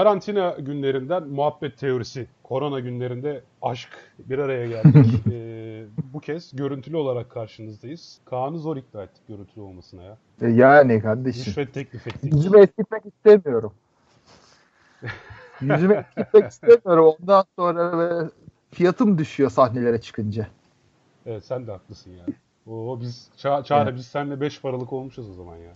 Karantina günlerinden muhabbet teorisi, korona günlerinde aşk bir araya geldik. Bu kez görüntülü olarak karşınızdayız. Kaan'ı zor ikna ettik görüntülü olmasına ya. Yani kardeşim. Rüşvet teklif ettik. Yüzüme eskitmek istemiyorum. Ondan sonra fiyatım düşüyor sahnelere çıkınca. Evet, sen de haklısın yani. Biz Çağrı evet. Biz seninle 5 paralık olmuşuz o zaman ya.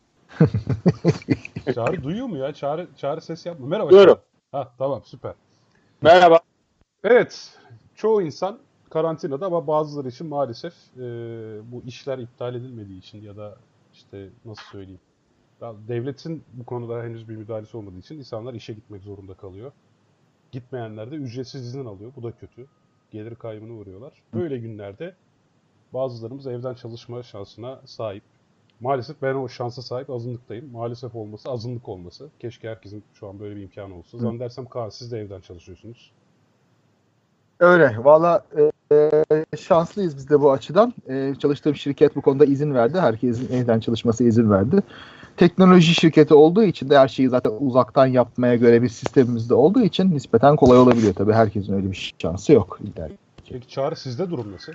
Çağrı duyuyor mu ya? Çağrı ses yapma. Merhaba. Duyuyorum. Ha, tamam, süper. Merhaba. Evet. Çoğu insan karantinada ama bazıları için maalesef bu işler iptal edilmediği için ya da işte nasıl söyleyeyim. Devletin bu konuda henüz bir müdahalesi olmadığı için insanlar işe gitmek zorunda kalıyor. Gitmeyenler de ücretsiz izin alıyor. Bu da kötü. Gelir kaybına uğruyorlar. Böyle günlerde bazılarımız evden çalışma şansına sahip. Maalesef ben o şansa sahip azınlıktayım. Maalesef olması azınlık olması. Keşke herkesin şu an böyle bir imkanı olsa. Zannedersem Kaan siz de evden çalışıyorsunuz. Öyle. Valla şanslıyız biz de bu açıdan. Çalıştığım şirket bu konuda izin verdi. Herkesin evden çalışması izin verdi. Teknoloji şirketi olduğu için de her şeyi zaten uzaktan yapmaya göre bir sistemimizde olduğu için nispeten kolay olabiliyor. Tabii herkesin öyle bir şansı yok. Peki Çağrı, sizde durum nasıl?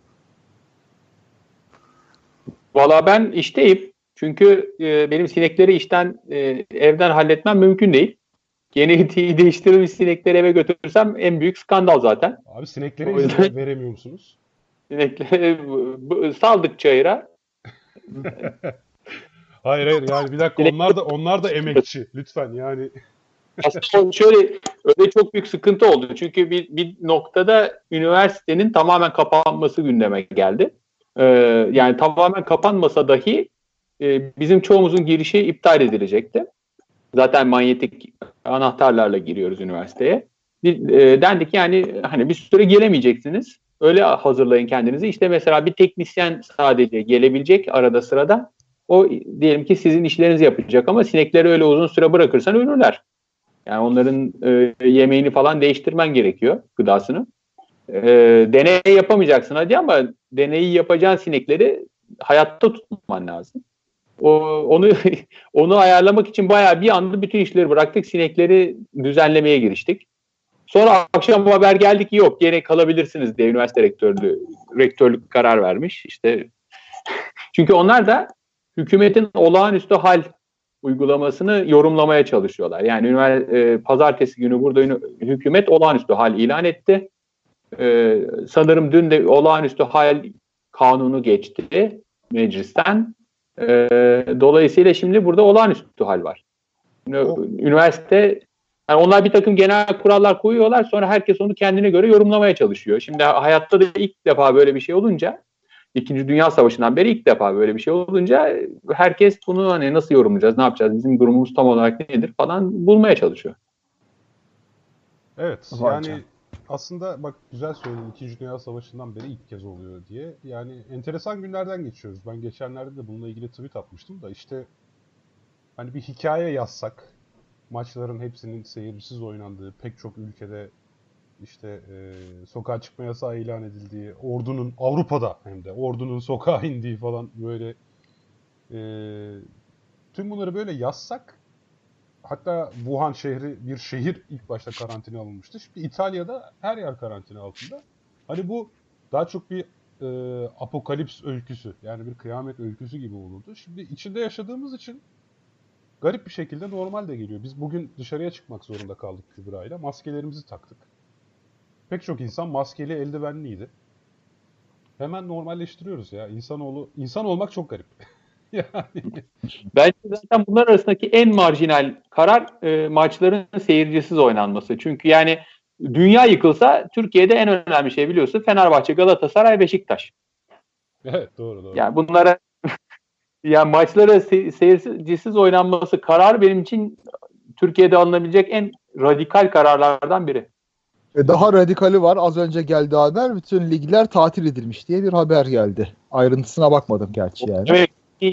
Valla ben işteyim. Çünkü benim sinekleri evden halletmem mümkün değil. Genetiği değiştirilmiş sinekleri eve götürürsem en büyük skandal zaten. Abi sineklere izin veremiyor musunuz? Sinekleri saldık çayıra. Hayır yani bir dakika, onlar da emekçi lütfen yani. Aslında şöyle öyle çok büyük sıkıntı oldu. Çünkü bir noktada üniversitenin tamamen kapanması gündeme geldi. Yani tamamen kapanmasa dahi bizim çoğumuzun girişi iptal edilecekti. Zaten manyetik anahtarlarla giriyoruz üniversiteye. Dendik yani hani bir süre gelemeyeceksiniz. Öyle hazırlayın kendinizi. İşte mesela bir teknisyen sadece gelebilecek arada sırada. O diyelim ki sizin işlerinizi yapacak ama sinekleri öyle uzun süre bırakırsan ölürler. Yani onların yemeğini falan değiştirmen gerekiyor, gıdasını. Deney yapamayacaksın hadi ama deneyi yapacağın sinekleri hayatta tutman lazım. Onu ayarlamak için bayağı bir anda bütün işleri bıraktık. Sinekleri düzenlemeye giriştik. Sonra akşam haber geldi ki yok gene kalabilirsiniz diye üniversite rektörlük karar vermiş. İşte çünkü onlar da hükümetin olağanüstü hal uygulamasını yorumlamaya çalışıyorlar. Yani pazartesi günü burada hükümet olağanüstü hal ilan etti. Sanırım dün de olağanüstü hal kanunu geçti meclisten. Dolayısıyla şimdi burada olağanüstü hal var. Üniversite, yani onlar bir takım genel kurallar koyuyorlar, sonra herkes onu kendine göre yorumlamaya çalışıyor. Şimdi hayatta da ilk defa böyle bir şey olunca, İkinci Dünya Savaşı'ndan beri ilk defa böyle bir şey olunca herkes bunu hani nasıl yorumlayacağız, ne yapacağız, bizim durumumuz tam olarak nedir falan bulmaya çalışıyor. Evet, yani aslında bak güzel söyledin, İkinci Dünya Savaşı'ndan beri ilk kez oluyor diye. Yani enteresan günlerden geçiyoruz. Ben geçenlerde de bununla ilgili tweet atmıştım da işte hani bir hikaye yazsak, maçların hepsinin seyircisiz oynandığı, pek çok ülkede işte sokağa çıkma yasağı ilan edildiği, ordunun Avrupa'da hem de ordunun sokağa indiği falan böyle tüm bunları böyle yazsak, hatta Wuhan şehri bir şehir ilk başta karantina alınmıştı. Şimdi İtalya'da her yer karantina altında. Hani bu daha çok bir apokalips öyküsü, yani bir kıyamet öyküsü gibi olurdu. Şimdi içinde yaşadığımız için garip bir şekilde normal de geliyor. Biz bugün dışarıya çıkmak zorunda kaldık Kübra'yla. Maskelerimizi taktık. Pek çok insan maskeli, eldivenliydi. Hemen normalleştiriyoruz ya. İnsan olmak çok garip. Yani. Bence zaten bunlar arasındaki en marjinal karar maçların seyircisiz oynanması. Çünkü yani dünya yıkılsa Türkiye'de en önemli şey biliyorsun Fenerbahçe, Galatasaray, Beşiktaş. Evet, doğru. Yani bunlara yani maçlara seyircisiz oynanması karar benim için Türkiye'de alınabilecek en radikal kararlardan biri. Daha radikali var. Az önce geldi haber. Bütün ligler tatil edilmiş diye bir haber geldi. Ayrıntısına bakmadım gerçi yani.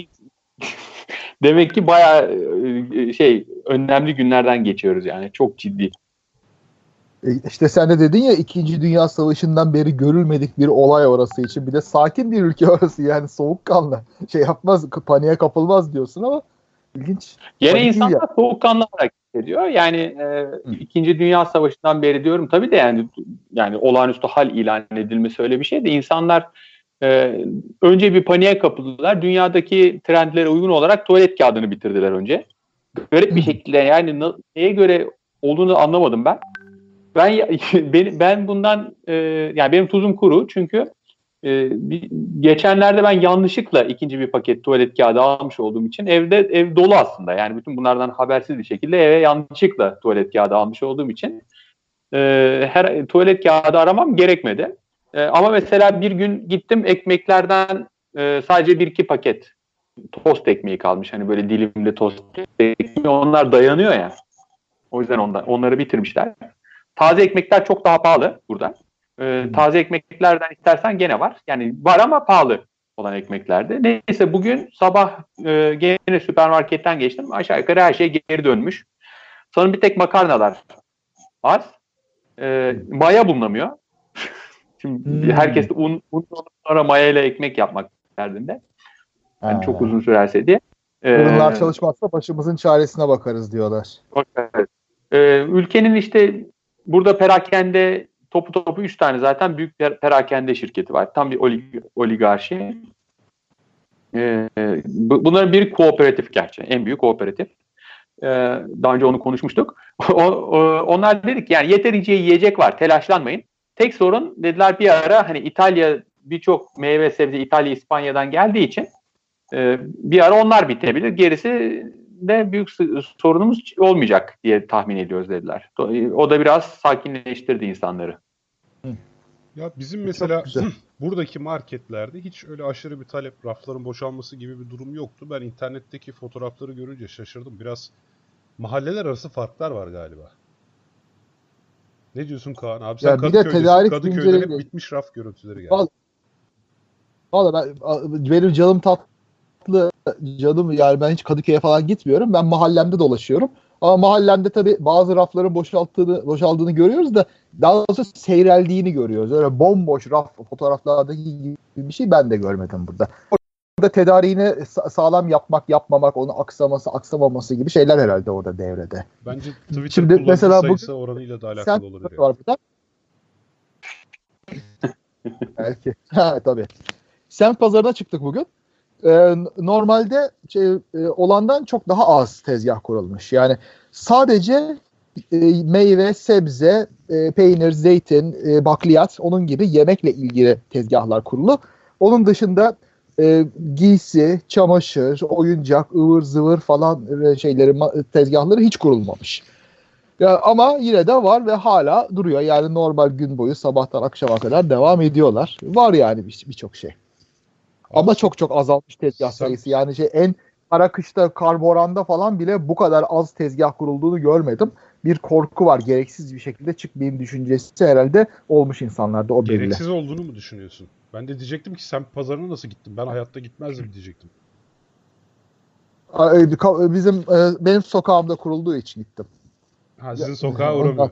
Demek ki bayağı önemli günlerden geçiyoruz yani. Çok ciddi. İşte sen de dedin ya, İkinci Dünya Savaşı'ndan beri görülmedik bir olay orası için. Bir de sakin bir ülke orası, yani soğukkanlı. Paniğe kapılmaz diyorsun ama ilginç. Gene insanlar soğukkanlı olarak ediyor. Yani İkinci Dünya Savaşı'ndan beri diyorum tabii de yani olağanüstü hal ilan edilmesi öyle bir şey de insanlar önce bir paniğe kapıldılar. Dünyadaki trendlere uygun olarak tuvalet kağıdını bitirdiler önce. Garip bir şekilde yani neye göre olduğunu anlamadım ben. Ben bundan yani benim tuzum kuru çünkü geçenlerde ben yanlışlıkla ikinci bir paket tuvalet kağıdı almış olduğum için ev dolu aslında. Yani bütün bunlardan habersiz bir şekilde eve yanlışlıkla tuvalet kağıdı almış olduğum için her tuvalet kağıdı aramam gerekmedi. Ama mesela bir gün gittim ekmeklerden sadece 1-2 paket tost ekmeği kalmış. Hani böyle dilimli tost ekmeği onlar dayanıyor ya. O yüzden onları bitirmişler. Taze ekmekler çok daha pahalı burada. Taze ekmeklerden istersen gene var. Yani var ama pahalı olan ekmeklerde. Neyse bugün sabah gene süpermarketten geçtim. Aşağı yukarı her şey geri dönmüş. Sanırım bir tek makarnalar az. Maya bulunamıyor. Şimdi herkes de un sonra maya ile ekmek yapmak derdinde. Yani çok uzun sürerse diye. Fırınlar çalışmazsa başımızın çaresine bakarız diyorlar. Evet. Ülkenin işte burada perakende topu 3 tane zaten büyük perakende şirketi var. Tam bir oligarşi. Bunların biri kooperatif gerçi. En büyük kooperatif. Daha önce onu konuşmuştuk. Onlar dedik yani yeterince yiyecek var. Telaşlanmayın. Tek sorun dediler bir ara hani İtalya birçok meyve sebze İtalya İspanya'dan geldiği için bir ara onlar bitebilir. Gerisi de büyük sorunumuz olmayacak diye tahmin ediyoruz dediler. O da biraz sakinleştirdi insanları. Ya bizim mesela buradaki marketlerde hiç öyle aşırı bir talep, rafların boşalması gibi bir durum yoktu. Ben internetteki fotoğrafları görünce şaşırdım. Biraz mahalleler arası farklar var galiba. Ne diyorsun Kaan? Abi sen Ya bir de tedarik Kadıköy'den hep zinciri bitmiş raf görüntüleri geldi. Valla benim canım tatlı canım yani ben hiç Kadıköy'e falan gitmiyorum. Ben mahallemde dolaşıyorum. Ama mahallemde tabii bazı rafların boşaldığını görüyoruz da daha doğrusu seyreldiğini görüyoruz. Öyle bomboş raf fotoğraflardaki gibi bir şey ben de görmedim burada. Burada tedariğini sağlam yapmak, yapmamak, onun aksamaması gibi şeyler herhalde orada devrede. Bence Twitter Şimdi kullanıcı mesela sayısı oranıyla da alakalı olabilir. Var burada. Belki. Ha, tabii. Semt pazarına çıktık bugün. Normalde olandan çok daha az tezgah kurulmuş. Yani sadece meyve, sebze, peynir, zeytin, bakliyat onun gibi yemekle ilgili tezgahlar kurulu. Onun dışında giysi, çamaşır, oyuncak, ıvır zıvır falan tezgahları hiç kurulmamış. Ya, ama yine de var ve hala duruyor. Yani normal gün boyu sabahtan akşama kadar devam ediyorlar. Var yani birçok şey. Ama çok azalmış tezgah sayısı. Yani en ara kışta Karboran'da falan bile bu kadar az tezgah kurulduğunu görmedim. Bir korku var. Gereksiz bir şekilde çıkmayayım düşüncesi herhalde olmuş insanlarda o belli. Gereksiz olduğunu mu düşünüyorsun? Ben de diyecektim ki semt pazarına nasıl gittim? Ben hayatta gitmezdim diyecektim. Benim sokağımda kurulduğu için gittim. Ha, sizin sokağa uğramıyor.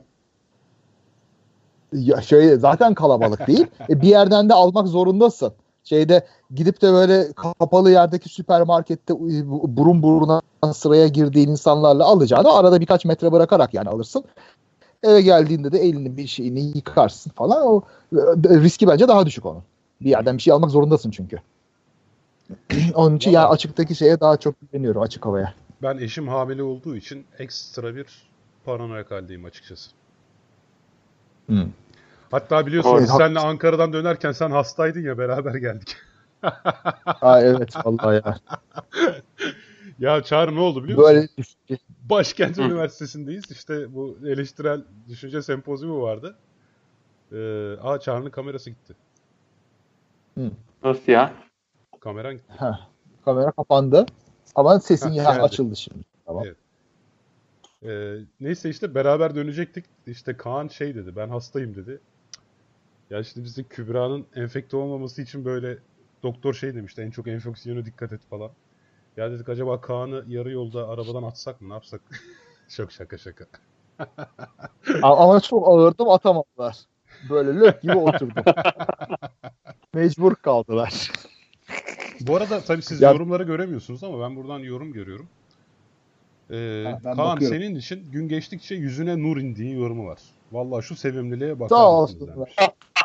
Ya zaten kalabalık değil. Bir yerden de almak zorundasın. Gidip de böyle kapalı yerdeki süpermarkette burun buruna sıraya girdiğin insanlarla alacağını arada birkaç metre bırakarak yani alırsın. Eve geldiğinde de elini bir şeyini yıkarsın falan. O riski bence daha düşük onun. Bir yerden bir şey almak zorundasın çünkü. Onun için yani açıktaki şeye daha çok güveniyorum, açık havaya. Ben eşim hamile olduğu için ekstra bir paranoyak haldeyim açıkçası. Hatta biliyorsun biz seninle Ankara'dan dönerken sen hastaydın ya, beraber geldik. Evet vallahi ya. Ya Çağrı, ne oldu biliyor musun? Böyle Başkent Üniversitesi'ndeyiz. İşte bu eleştirel düşünce sempozyumu vardı. Çağrı'nın kamerası gitti. Nasıl ya? Kameran gitti. Kamera kapandı. Ama sesin açıldı şimdi. Tamam. Evet. Neyse işte beraber dönecektik. İşte Kaan şey dedi, ben hastayım dedi. Ya işte bizim Kübra'nın enfekte olmaması için böyle doktor şey demişti, en çok enfeksiyona dikkat et falan. Ya dedik acaba Kaan'ı yarı yolda arabadan atsak mı, ne yapsak? Çok şaka. Ama çok ağırdım, atamadılar. Böyle lök gibi oturdum. Mecbur kaldılar. Bu arada tabii siz yorumları göremiyorsunuz ama ben buradan yorum görüyorum. Ben Kaan bakıyorum. senin için gün geçtikçe yüzüne nur indiği yorumu var. Vallahi şu sevimliliğe bakar Sağ mısınız olsunlar. demiş.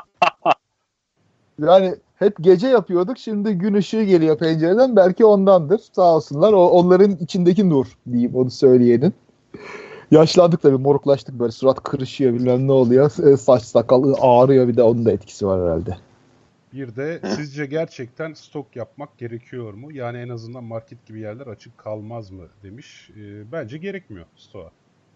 Yani hep gece yapıyorduk. Şimdi gün ışığı geliyor pencereden. Belki ondandır. Sağ olsunlar. Onların içindeki nur diyeyim onu söyleyenin. Yaşlandık tabii. Moruklaştık böyle. Surat kırışıyor. Bilmem ne oluyor. Saç sakal ağrıyor. Bir de onun da etkisi var herhalde. Bir de sizce gerçekten stok yapmak gerekiyor mu? Yani en azından market gibi yerler açık kalmaz mı demiş. Bence gerekmiyor stoğa.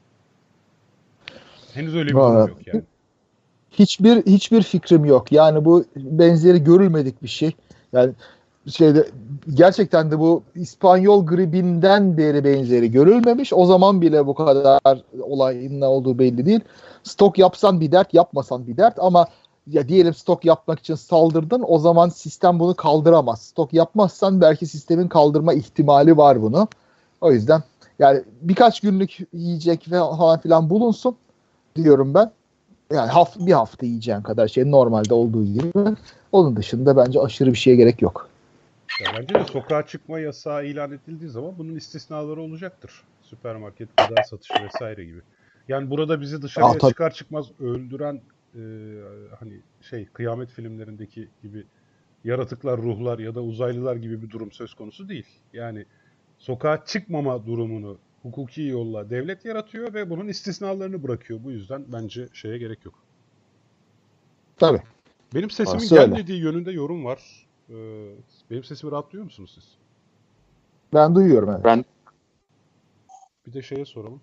Henüz öyle bir durum Vallahi yok yani. hiçbir fikrim yok. Yani bu benzeri görülmedik bir şey. Yani gerçekten de bu İspanyol gribinden beri benzeri görülmemiş. O zaman bile bu kadar olayın ne olduğu belli değil. Stok yapsan bir dert, yapmasan bir dert ama ya diyelim stok yapmak için saldırdın, o zaman sistem bunu kaldıramaz. Stok yapmazsan belki sistemin kaldırma ihtimali var bunu. O yüzden yani birkaç günlük yiyecek ve falan filan bulunsun diyorum ben. Yani bir hafta yiyeceğin kadar şey normalde olduğu gibi. Onun dışında bence aşırı bir şeye gerek yok. Ya bence de sokağa çıkma yasağı ilan edildiği zaman bunun istisnaları olacaktır. Süpermarket, gıda satışı vesaire gibi. Yani burada bizi dışarıya Tabii. çıkar çıkmaz öldüren hani kıyamet filmlerindeki gibi yaratıklar, ruhlar ya da uzaylılar gibi bir durum söz konusu değil. Yani sokağa çıkmama durumunu hukuki yolla devlet yaratıyor ve bunun istisnalarını bırakıyor. Bu yüzden bence şeye gerek yok. Tabii. Benim sesimin Orası öyle. gelmediği yönünde yorum var. Benim sesimi rahat duyuyor musunuz siz? Ben duyuyorum evet. Ben Bir de şeye soralım.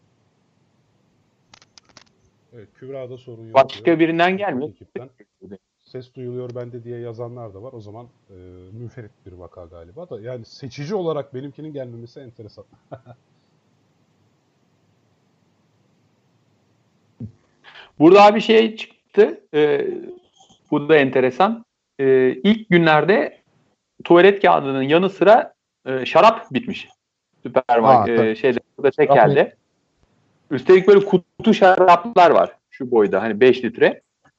Evet, Kübra'da sorun yok başka diyor. birinden gelmiyor. Ekipten. Ses duyuluyor bende diye yazanlar da var. O zaman münferit bir vaka galiba da. Yani seçici olarak benimkinin gelmemesi enteresan. Burada bir şey çıktı. Bu da enteresan. İlk günlerde tuvalet kağıdının yanı sıra şarap bitmiş. Burada tekkelde. Üstelik böyle kutu şaraplar var şu boyda hani 5 litre.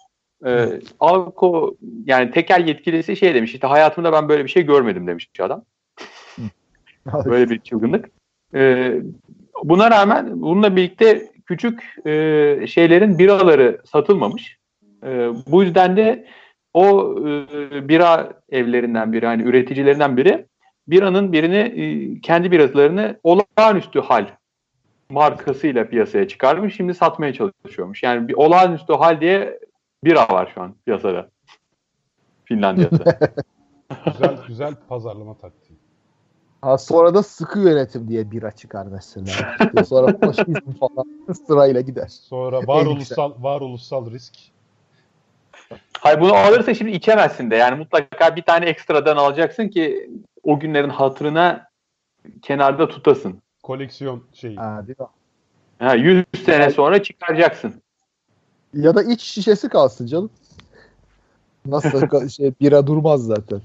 Yani tekel yetkilisi şey demiş işte hayatımda ben böyle bir şey görmedim demiş adam. Böyle bir çılgınlık. Buna rağmen bununla birlikte küçük şeylerin biraları satılmamış. Bu yüzden de o bira evlerinden biri hani üreticilerinden biri kendi biralarını olağanüstü hal markasıyla piyasaya çıkarmış. Şimdi satmaya çalışıyormuş. Yani bir olağanüstü hal diye bira var şu an piyasada. Finlandiya'da. Güzel pazarlama taktiği. Sonra da sıkı yönetim diye bira çıkar mesela. İşte sonra faşizm falan sırayla gider. Sonra varoluşsal risk. Hayır bunu alırsa şimdi içemezsin de. Yani mutlaka bir tane ekstradan alacaksın ki o günlerin hatırına kenarda tutasın. Koleksiyon şeyi. Değil mi? 100 sene sonra çıkaracaksın. Ya da iç şişesi kalsın canım. Nasıl bira durmaz zaten.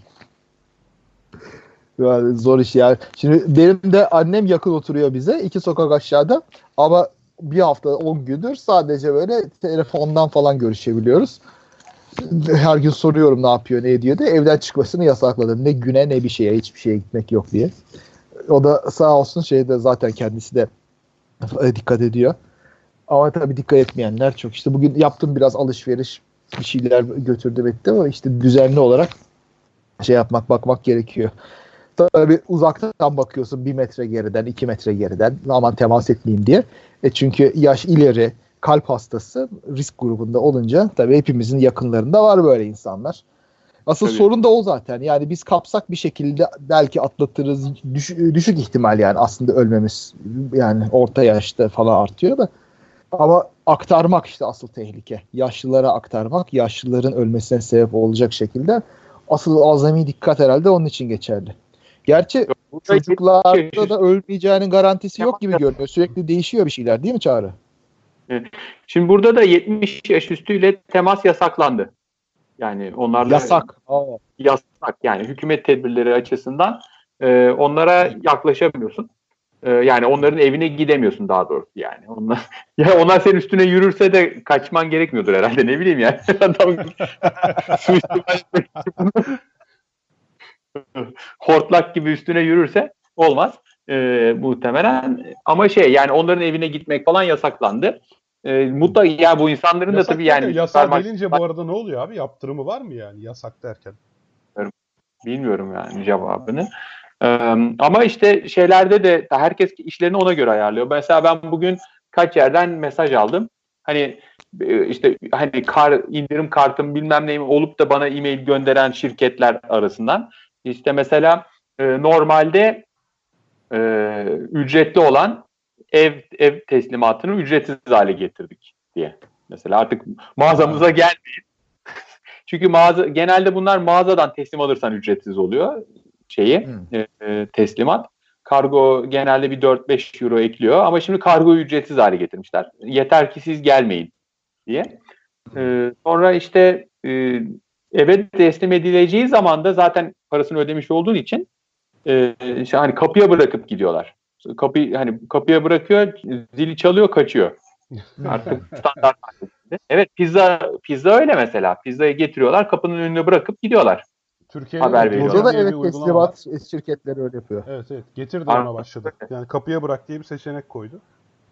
Yani zor iş yani. Şimdi benim de annem yakın oturuyor bize. 2 sokak aşağıda. Ama bir hafta 10 gündür sadece böyle telefondan falan görüşebiliyoruz. Her gün soruyorum ne yapıyor ne ediyor diye. Evden çıkmasını yasakladım. Ne güne ne bir şeye hiçbir şeye gitmek yok diye. O da sağ olsun zaten kendisi de dikkat ediyor. Ama tabii dikkat etmeyenler çok. İşte bugün yaptım biraz alışveriş. Bir şeyler götürdüm etti ama işte düzenli olarak bakmak gerekiyor. Tabii uzaktan bakıyorsun 1 metre geriden, 2 metre geriden aman temas etmeyeyim diye. Çünkü yaş ileri, kalp hastası risk grubunda olunca tabii hepimizin yakınlarında var böyle insanlar. Asıl sorun da o zaten. Yani biz kapsak bir şekilde belki atlatırız. Düşük ihtimal yani aslında ölmemiz yani orta yaşta falan artıyor da. Ama aktarmak işte asıl tehlike. Yaşlılara aktarmak, yaşlıların ölmesine sebep olacak şekilde asıl azami dikkat herhalde onun için geçerli. Gerçi çocuklarda da ölmeyeceğinin garantisi yok gibi görünüyor. Sürekli değişiyor bir şeyler değil mi Çağrı? Şimdi burada da 70 yaş üstüyle temas yasaklandı. Yani onlarla yasak yani hükümet tedbirleri açısından onlara yaklaşamıyorsun. Yani onların evine gidemiyorsun daha doğrusu yani. Onlar senin üstüne yürürse de kaçman gerekmiyordur herhalde ne bileyim yani. Hortlak gibi üstüne yürürse olmaz. muhtemelen. Ama yani onların evine gitmek falan yasaklandı. Mutlaka ya bu insanların da tabii yani yasal gelince bu arada ne oluyor abi? Yaptırımı var mı yani yasak derken? Bilmiyorum yani cevabını. Ama işte şeylerde de herkes işlerini ona göre ayarlıyor. Mesela ben bugün kaç yerden mesaj aldım. Hani işte hani indirim kartım bilmem neyim olup da bana e-mail gönderen şirketler arasından. İşte mesela normalde ücretli olan ev teslimatını ücretsiz hale getirdik diye. Mesela artık mağazamıza gelmeyin. Çünkü genelde bunlar mağazadan teslim alırsan ücretsiz oluyor teslimat. Kargo genelde bir 4-5 euro ekliyor ama şimdi kargoyu ücretsiz hale getirmişler. Yeter ki siz gelmeyin diye. Sonra işte eve teslim edileceği zaman da zaten parasını ödemiş olduğun için hani kapıya bırakıp gidiyorlar. Kapıya bırakıyor, zili çalıyor, kaçıyor. Artık standart. Evet, pizza öyle mesela. Pizzayı getiriyorlar, kapının önüne bırakıp gidiyorlar. Türkiye'de haber veriyorlar. Burada da evet teslimat şirketleri öyle yapıyor. Evet. Getir de ona başladı. Yani kapıya bırak diye bir seçenek koydu.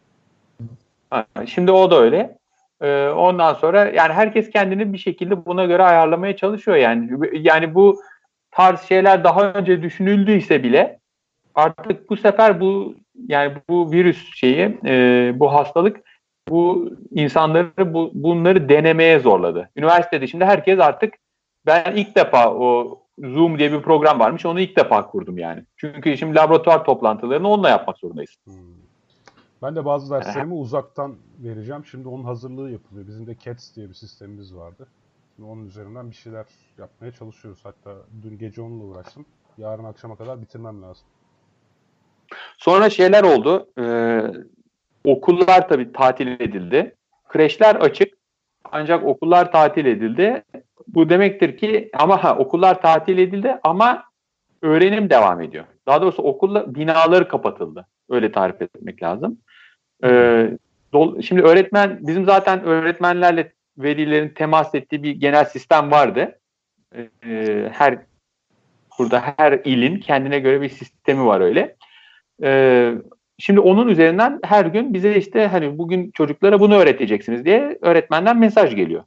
Şimdi o da öyle. Ondan sonra yani herkes kendini bir şekilde buna göre ayarlamaya çalışıyor yani. Yani bu tarz şeyler daha önce düşünüldüyse bile artık bu sefer bu virüs bu hastalık bu insanları bunları denemeye zorladı. Üniversitede şimdi herkes artık ben ilk defa o Zoom diye bir program varmış onu ilk defa kurdum yani. Çünkü şimdi laboratuvar toplantılarını onunla yapmak zorundayız. Ben de bazı derslerimi uzaktan vereceğim. Şimdi onun hazırlığı yapılıyor. Bizim de CATS diye bir sistemimiz vardı. Şimdi onun üzerinden bir şeyler yapmaya çalışıyoruz. Hatta dün gece onunla uğraştım. Yarın akşama kadar bitirmem lazım. Sonra şeyler oldu. Okullar tabii tatil edildi. Kreşler açık. Ancak okullar tatil edildi. Bu demektir ki okullar tatil edildi ama öğrenim devam ediyor. Daha doğrusu binaları kapatıldı. Öyle tarif etmek lazım. Şimdi bizim zaten öğretmenlerle velilerin temas ettiği bir genel sistem vardı. Her ilin kendine göre bir sistemi var öyle. Şimdi onun üzerinden her gün bize işte hani bugün çocuklara bunu öğreteceksiniz diye öğretmenden mesaj geliyor.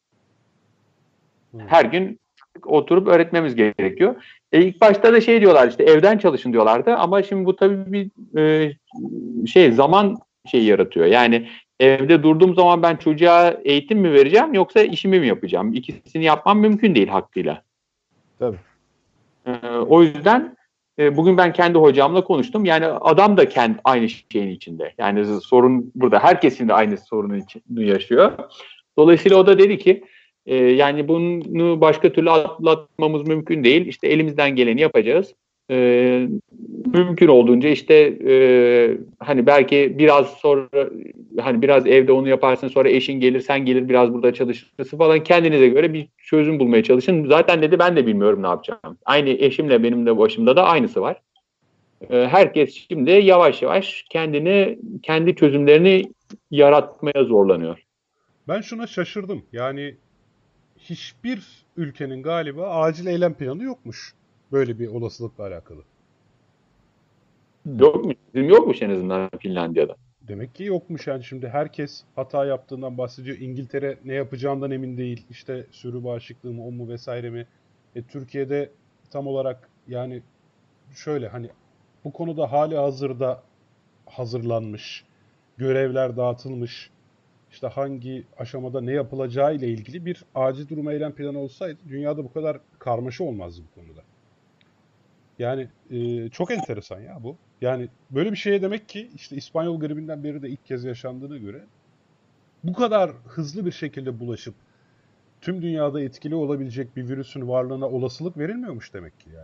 Her gün oturup öğretmemiz gerekiyor. İlk başta da diyorlar işte evden çalışın diyorlardı ama şimdi bu tabii bir zaman yaratıyor. Yani evde durduğum zaman ben çocuğa eğitim mi vereceğim yoksa işimi mi yapacağım? İkisini yapmam mümkün değil hakkıyla. Tabii. O yüzden bugün ben kendi hocamla konuştum. Yani adam da aynı şeyin içinde. Yani sorun burada. Herkesin de aynı sorunu yaşıyor. Dolayısıyla o da dedi ki yani bunu başka türlü atlatmamız mümkün değil. İşte elimizden geleni yapacağız. Mümkün olduğunca işte hani belki biraz sonra hani biraz evde onu yaparsın sonra eşin gelir sen gelir biraz burada çalışırsın falan kendinize göre bir çözüm bulmaya çalışın. Zaten dedi ben de bilmiyorum ne yapacağım. Aynı eşimle benim de başımda da aynısı var. Herkes şimdi yavaş yavaş kendi çözümlerini yaratmaya zorlanıyor. Ben şuna şaşırdım. Yani hiçbir ülkenin galiba acil eylem planı yokmuş. Böyle bir olasılıkla alakalı. Yokmuş. Bizim yokmuş en azından Finlandiya'da. Demek ki yokmuş yani şimdi herkes hata yaptığından bahsediyor. İngiltere ne yapacağından emin değil. İşte sürü bağışıklığı mı o mu vesaire mi. Türkiye'de tam olarak yani şöyle hani bu konuda hali hazırda hazırlanmış, görevler dağıtılmış, işte hangi aşamada ne yapılacağı ile ilgili bir acil durum eylem planı olsaydı dünyada bu kadar karmaşa olmazdı bu konuda. Yani çok enteresan ya bu. Yani böyle bir şeye demek ki işte İspanyol gribinden beri de ilk kez yaşandığına göre bu kadar hızlı bir şekilde bulaşıp tüm dünyada etkili olabilecek bir virüsün varlığına olasılık verilmiyormuş demek ki yani.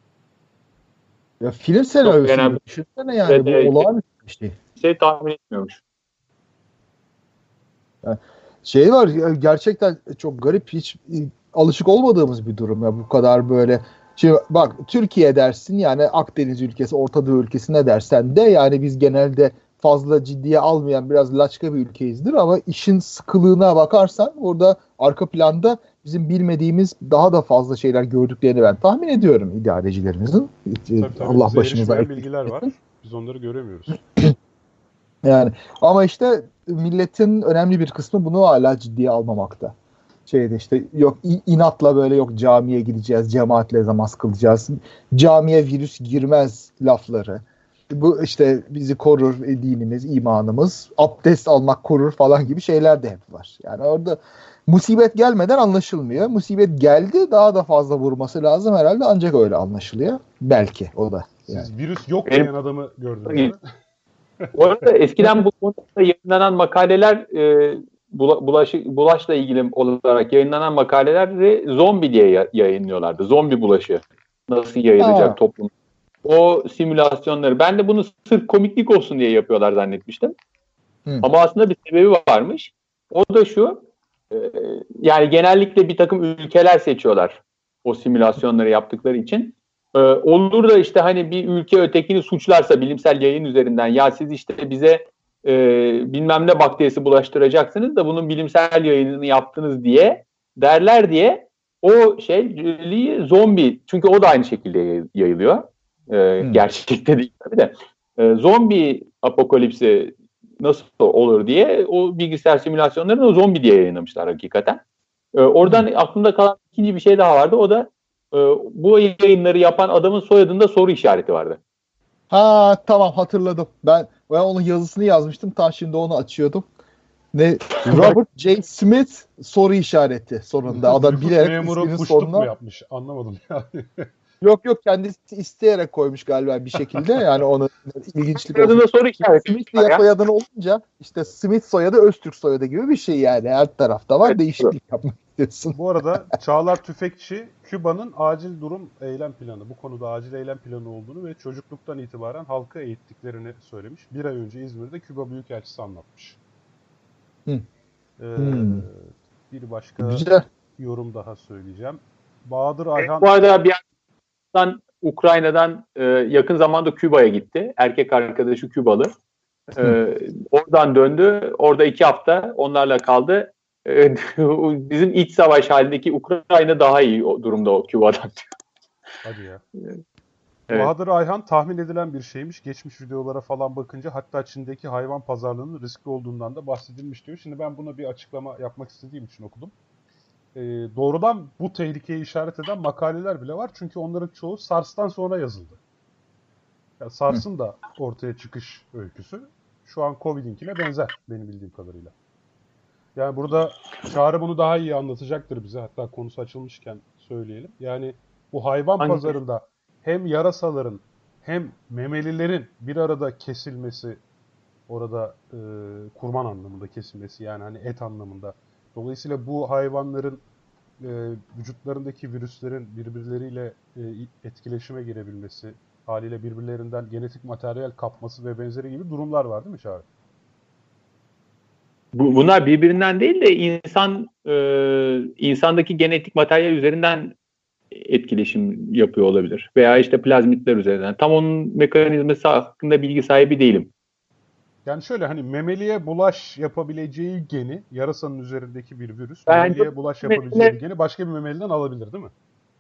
Ya film senaryosu düşünsene yani bu olağanüstü bir şey. Şey tahmin etmiyormuş. Yani var gerçekten çok garip hiç alışık olmadığımız bir durum ya bu kadar böyle. Şimdi bak Türkiye dersin yani Akdeniz ülkesi, Orta Doğu ülkesi ne dersen de yani biz genelde fazla ciddiye almayan biraz laçka bir ülkeyizdir ama işin sıkılığına bakarsan orada arka planda bizim bilmediğimiz daha da fazla şeyler gördüklerini ben tahmin ediyorum idarecilerimizin. Tabii Allah bize başımıza erişmeyen bilgiler var. Biz onları göremiyoruz. Yani ama işte milletin önemli bir kısmı bunu hala ciddiye almamakta. Şeyde işte yok inatla böyle yok camiye gideceğiz, cemaatle namaz kılacağız. Camiye virüs girmez lafları. Bu işte bizi korur dinimiz, imanımız, abdest almak korur falan gibi şeyler de hep var. Yani orada musibet gelmeden anlaşılmıyor. Musibet geldi daha da fazla vurması lazım herhalde ancak öyle anlaşılıyor. Belki o da. Yani. Siz virüs yok diyen adamı gördünüz mü? Bu arada eskiden bu konuda yayınlanan makaleler bulaşla ilgili olarak yayınlanan makaleleri zombi diye yayınlıyorlardı. Zombi bulaşı nasıl yayılacak toplum. O simülasyonları. Ben de bunu sırf komiklik olsun diye yapıyorlar zannetmiştim. Ama aslında bir sebebi varmış. O da şu. Yani genellikle bir takım ülkeler seçiyorlar o simülasyonları yaptıkları için. Olur da işte hani bir ülke ötekini suçlarsa bilimsel yayın üzerinden ya siz işte bize bilmem ne bakterisi bulaştıracaksınız da bunun bilimsel yayınını yaptınız diye derler diye o şey zombi çünkü o da aynı şekilde yayılıyor. Gerçekte değil tabii de. Zombi apokalipsi nasıl olur diye o bilgisayar simülasyonlarını o zombi diye yayınlamışlar hakikaten. Oradan aklımda kalan ikinci bir şey daha vardı. O da bu yayınları yapan adamın soyadında soru işareti vardı. Ha tamam hatırladım. Ben onun yazısını yazmıştım. Tam şimdi onu açıyordum. Ne Robert J. Smith soru işareti sonunda. Adam bilerek memuru isminin puştuk sonuna mu yapmış? Anlamadım yani. Yok kendisi isteyerek koymuş galiba bir şekilde. Yani onu ilginçlik Adında olsun. soru işareti. Smith diye soyadını olunca işte Smith soyadı Öztürk soyadı gibi bir şey yani. Her tarafta var. Evet, değişiklik yapmak istiyorsun. Bu arada Çağlar Tüfekçi Küba'nın acil durum eylem planı, bu konuda acil eylem planı olduğunu ve çocukluktan itibaren halka eğittiklerini söylemiş. Bir ay önce İzmir'de Küba Büyükelçisi anlatmış. Bir başka Güzel yorum daha söyleyeceğim. Bahadır Ayhan... Bu arada bir yandan Ukrayna'dan yakın zamanda Küba'ya gitti. Erkek arkadaşı Kübalı. Oradan döndü. Orada 2 hafta onlarla kaldı. Bizim iç savaş halindeki Ukrayna daha iyi durumda o Küba'dan. Hadi ya. Evet. Bahadır Ayhan tahmin edilen bir şeymiş. Geçmiş videolara falan bakınca hatta Çin'deki hayvan pazarlığının riskli olduğundan da bahsedilmiş diyor. Şimdi ben buna bir açıklama yapmak istediğim için okudum. Doğrudan bu tehlikeye işaret eden makaleler bile var. Çünkü onların çoğu SARS'tan sonra yazıldı. Yani SARS'ın da ortaya çıkış öyküsü şu an Covid'inkine benzer benim bildiğim kadarıyla. Yani burada Çağrı bunu daha iyi anlatacaktır bize. Hatta konusu açılmışken söyleyelim. Yani bu hayvan pazarında hem yarasaların hem memelilerin bir arada kesilmesi, orada kurban anlamında kesilmesi yani hani et anlamında. Dolayısıyla bu hayvanların vücutlarındaki virüslerin birbirleriyle etkileşime girebilmesi, haliyle birbirlerinden genetik materyal kapması ve benzeri gibi durumlar var değil mi Çağrı? Bunlar birbirinden değil de insandaki genetik materyal üzerinden etkileşim yapıyor olabilir. Veya işte plazmitler üzerinden. Tam onun mekanizması hakkında bilgi sahibi değilim. Yani şöyle hani memeliye bulaş yapabileceği geni, yarasanın üzerindeki bir virüs, memeliye bulaş yapabileceği bir geni başka bir memeliden alabilir değil mi?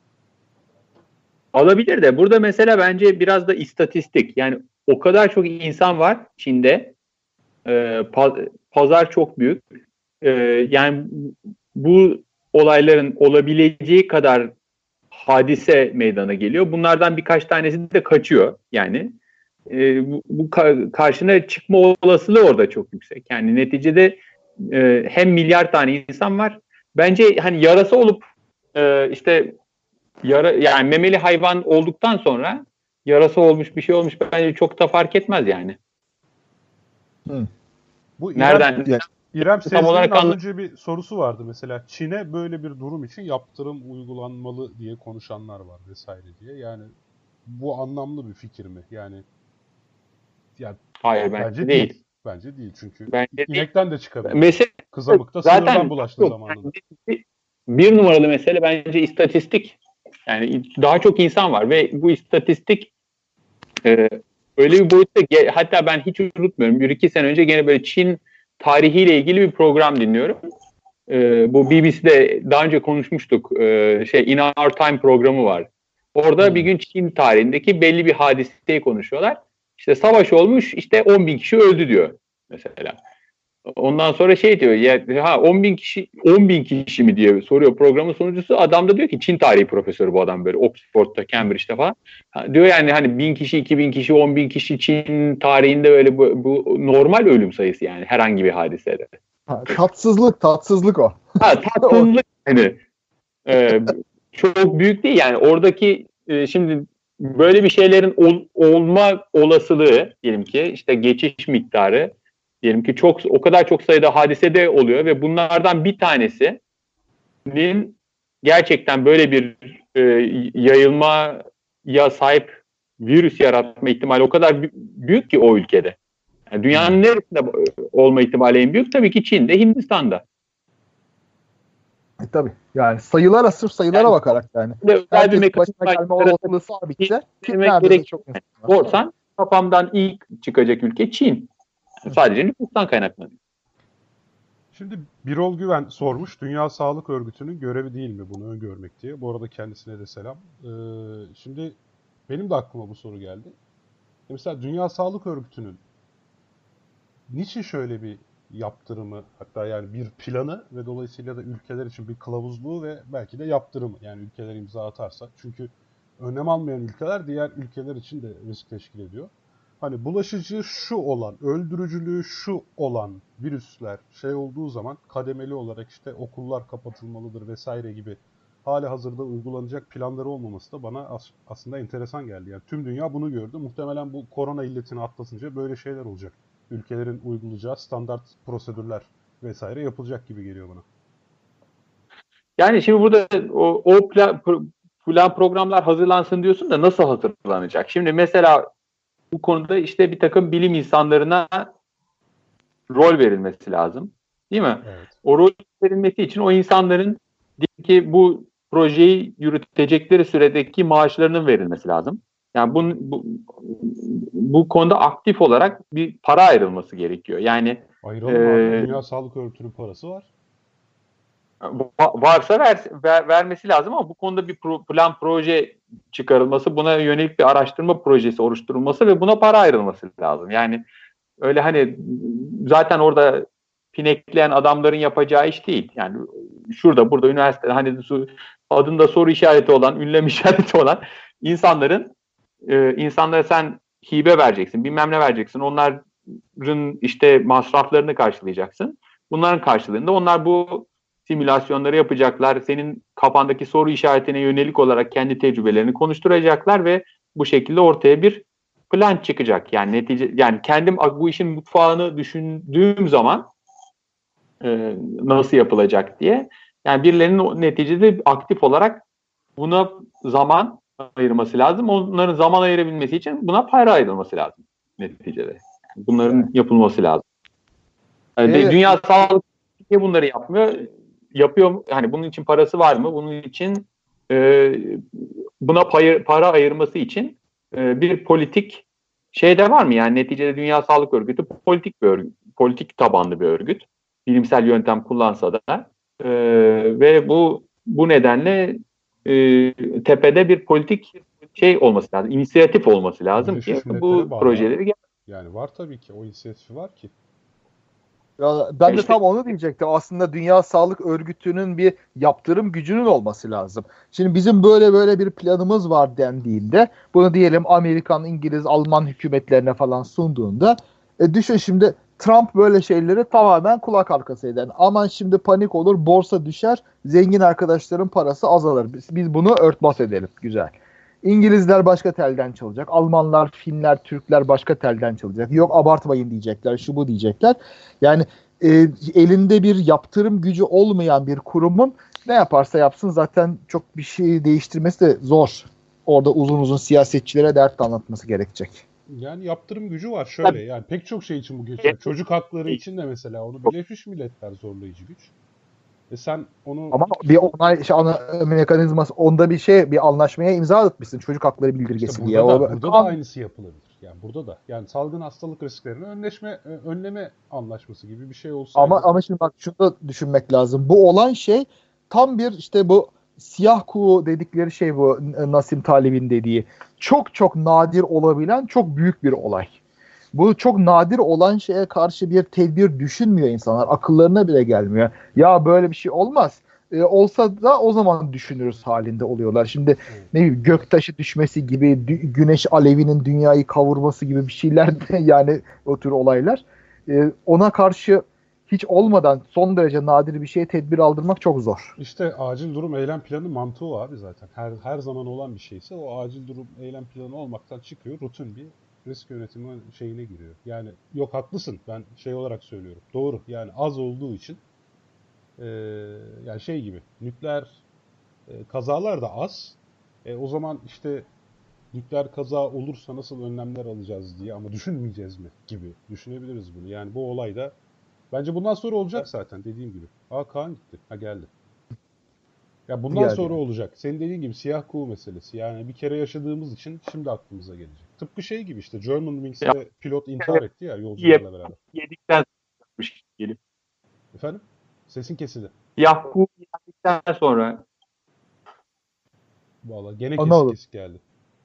Alabilir de burada mesela bence biraz da istatistik. Yani o kadar çok insan var Çin'de. Pazar çok büyük. Yani bu olayların olabileceği kadar hadise meydana geliyor. Bunlardan birkaç tanesi de kaçıyor. Yani bu karşına çıkma olasılığı orada çok yüksek. Yani neticede hem milyar tane insan var. Bence hani yarası olup işte yani memeli hayvan olduktan sonra yarası olmuş bir şey olmuş bence çok da fark etmez yani. Bu nereden? İrem Sezgin'in az önce bir sorusu vardı mesela. Çin'e böyle bir durum için yaptırım uygulanmalı diye konuşanlar var vesaire diye. Yani bu anlamlı bir fikir mi? Yani hayır bence değil. Bence değil çünkü bence inekten de çıkabilir. Mesele, kızamıkta sınırdan bulaştı zamanında. Bir numaralı mesele bence istatistik. Yani daha çok insan var ve bu istatistik öyle bir boyutta hatta ben hiç unutmuyorum. 1-2 sene önce gene böyle Çin tarihiyle ilgili bir program dinliyorum. Bu BBC'de daha önce konuşmuştuk. In Our Time programı var. Orada bir gün Çin tarihindeki belli bir hadiseyi konuşuyorlar. İşte savaş olmuş, işte 10 bin kişi öldü diyor mesela. Ondan sonra diyor ya 10 bin kişi mi diye soruyor programın sunucusu. Adam da diyor ki Çin tarihi profesörü bu adam, böyle Oxford'da, Cambridge'de falan. Diyor yani hani 1000 kişi, 2000 kişi, 10 bin kişi Çin tarihinde öyle bu normal ölüm sayısı yani herhangi bir hadisede. Tatsızlık o. Tatsızlık yani. Çok büyük değil yani oradaki şimdi böyle bir şeylerin olma olasılığı diyelim ki işte geçiş miktarı diyelim ki o kadar çok sayıda hadisede oluyor ve bunlardan bir tanesinin gerçekten böyle bir yayılmaya sahip virüs yaratma ihtimali o kadar büyük ki o ülkede. Yani dünyanın neresinde olma ihtimali en büyük? Tabii ki Çin'de, Hindistan'da. Tabii. Yani sırf sayılara bakarak yani. Herkes başına gelme olasılığı sabitse neredeyse çok olsan kafamdan ilk çıkacak ülke Çin. Sadece nüfustan kaynaklanıyor. Şimdi Birol Güven sormuş. Dünya Sağlık Örgütü'nün görevi değil mi bunu öngörmek diye. Bu arada kendisine de selam. Şimdi benim de aklıma bu soru geldi. Mesela Dünya Sağlık Örgütü'nün niçin şöyle bir yaptırımı, hatta yani bir planı ve dolayısıyla da ülkeler için bir kılavuzluğu ve belki de yaptırımı, yani ülkeler imza atarsa, çünkü önlem almayan ülkeler diğer ülkeler için de risk teşkil ediyor. Hani bulaşıcı şu olan, öldürücülüğü şu olan virüsler olduğu zaman kademeli olarak işte okullar kapatılmalıdır vesaire gibi hali hazırda uygulanacak planları olmaması da bana aslında enteresan geldi. Yani tüm dünya bunu gördü. Muhtemelen bu korona illetini atlatınca böyle şeyler olacak. Ülkelerin uygulayacağı standart prosedürler vesaire yapılacak gibi geliyor bana. Yani şimdi burada o plan programlar hazırlansın diyorsun da nasıl hazırlanacak? Şimdi mesela bu konuda işte bir takım bilim insanlarına rol verilmesi lazım. Değil mi? Evet. O rol verilmesi için o insanların diyelim ki bu projeyi yürütecekleri süredeki maaşlarının verilmesi lazım. Yani bu konuda aktif olarak bir para ayrılması gerekiyor. Yani ayıralım abi. Dünya Sağlık Örgütü'nün parası var. Varsa vermesi lazım ama bu konuda bir plan proje çıkarılması, buna yönelik bir araştırma projesi oluşturulması ve buna para ayrılması lazım. Yani öyle hani zaten orada pinekleyen adamların yapacağı iş değil. Yani şurada burada üniversitede hani adında soru işareti olan, ünlem işareti olan insanlara sen hibe vereceksin, bilmem ne vereceksin. Onların işte masraflarını karşılayacaksın. Bunların karşılığında onlar bu simülasyonları yapacaklar. Senin kafandaki soru işaretine yönelik olarak kendi tecrübelerini konuşturacaklar ve bu şekilde ortaya bir plan çıkacak. Yani kendim bu işin mutfağını düşündüğüm zaman nasıl yapılacak diye. Yani birilerinin neticede aktif olarak buna zaman ayırması lazım. Onların zaman ayırabilmesi için buna para ayrılması lazım neticede. Bunların yapılması lazım. Dünya Sağlık Örgütü bunları yapmıyor. Yapıyor. Yani bunun için parası var mı? Bunun için buna para ayırması için bir politik de var mı? Yani neticede Dünya Sağlık Örgütü politik bir örgüt, politik tabanlı bir örgüt. Bilimsel yöntem kullansa da ve bu nedenle tepede bir politik olması lazım, inisiyatif olması lazım ki bu projeleri yani var tabii ki, o inisiyatifi var ki. Ya ben de tam onu diyecektim. Aslında Dünya Sağlık Örgütü'nün bir yaptırım gücünün olması lazım. Şimdi bizim böyle bir planımız var dendiğinde, bunu diyelim Amerikan, İngiliz, Alman hükümetlerine falan sunduğunda düşün şimdi Trump böyle şeyleri tamamen kulak arkası eder. Aman şimdi panik olur, borsa düşer, zengin arkadaşların parası azalır. Biz bunu örtbas edelim. Güzel. İngilizler başka telden çalacak. Almanlar, Finler, Türkler başka telden çalacak. Yok abartmayın diyecekler. Şu bu diyecekler. Yani elinde bir yaptırım gücü olmayan bir kurumun ne yaparsa yapsın zaten çok bir şey değiştirmesi de zor. Orada uzun siyasetçilere dert anlatması gerekecek. Yani yaptırım gücü var şöyle. Yani pek çok şey için bu geçiyor. Çocuk hakları için de mesela onu Birleşmiş Milletler zorlayıcı güç. Sen onu... Ama bir onay mekanizması, onda bir anlaşmaya imza atmışsın. Çocuk hakları bildirgesi diye. Burada da aynısı yapılabilir. Yani burada da. Yani salgın hastalık risklerini önleme anlaşması gibi bir şey olsaydı. Ama şimdi bak şunu da düşünmek lazım. Bu olan şey tam bir işte bu siyah kuğu dedikleri şey, bu Nassim Taleb'in dediği. Çok çok nadir olabilen çok büyük bir olay. Bu çok nadir olan şeye karşı bir tedbir düşünmüyor insanlar. Akıllarına bile gelmiyor. Ya böyle bir şey olmaz. Olsa da o zaman düşünürüz halinde oluyorlar. Şimdi ne bileyim göktaşı düşmesi gibi, güneş alevinin dünyayı kavurması gibi bir şeyler de yani o tür olaylar. Ona karşı hiç olmadan son derece nadir bir şeye tedbir aldırmak çok zor. İşte acil durum eylem planı mantığı o abi zaten. Her zaman olan bir şeyse o acil durum eylem planı olmaktan çıkıyor. Rutin bir risk yönetimi şeyine giriyor. Yani yok haklısın, ben şey olarak söylüyorum. Doğru, yani az olduğu için yani şey gibi nükleer kazalar da az. O zaman işte nükleer kaza olursa nasıl önlemler alacağız diye ama düşünmeyeceğiz mi gibi düşünebiliriz bunu. Yani bu olay da bence bundan sonra olacak zaten dediğim gibi. Kaan gitti. Ha geldi. Ya bundan Yani. sonra olacak. Senin dediğin gibi siyah kuğu meselesi. Yani bir kere yaşadığımız için şimdi aklımıza gelecek. Tıpkı şey gibi işte Germanwings pilot intihar etti ya yolcularla beraber. Yedikten sonra gelip. Efendim? Sesin kesildi. Yahku yedikten sonra. Vallahi gene Anladım. kesik geldi.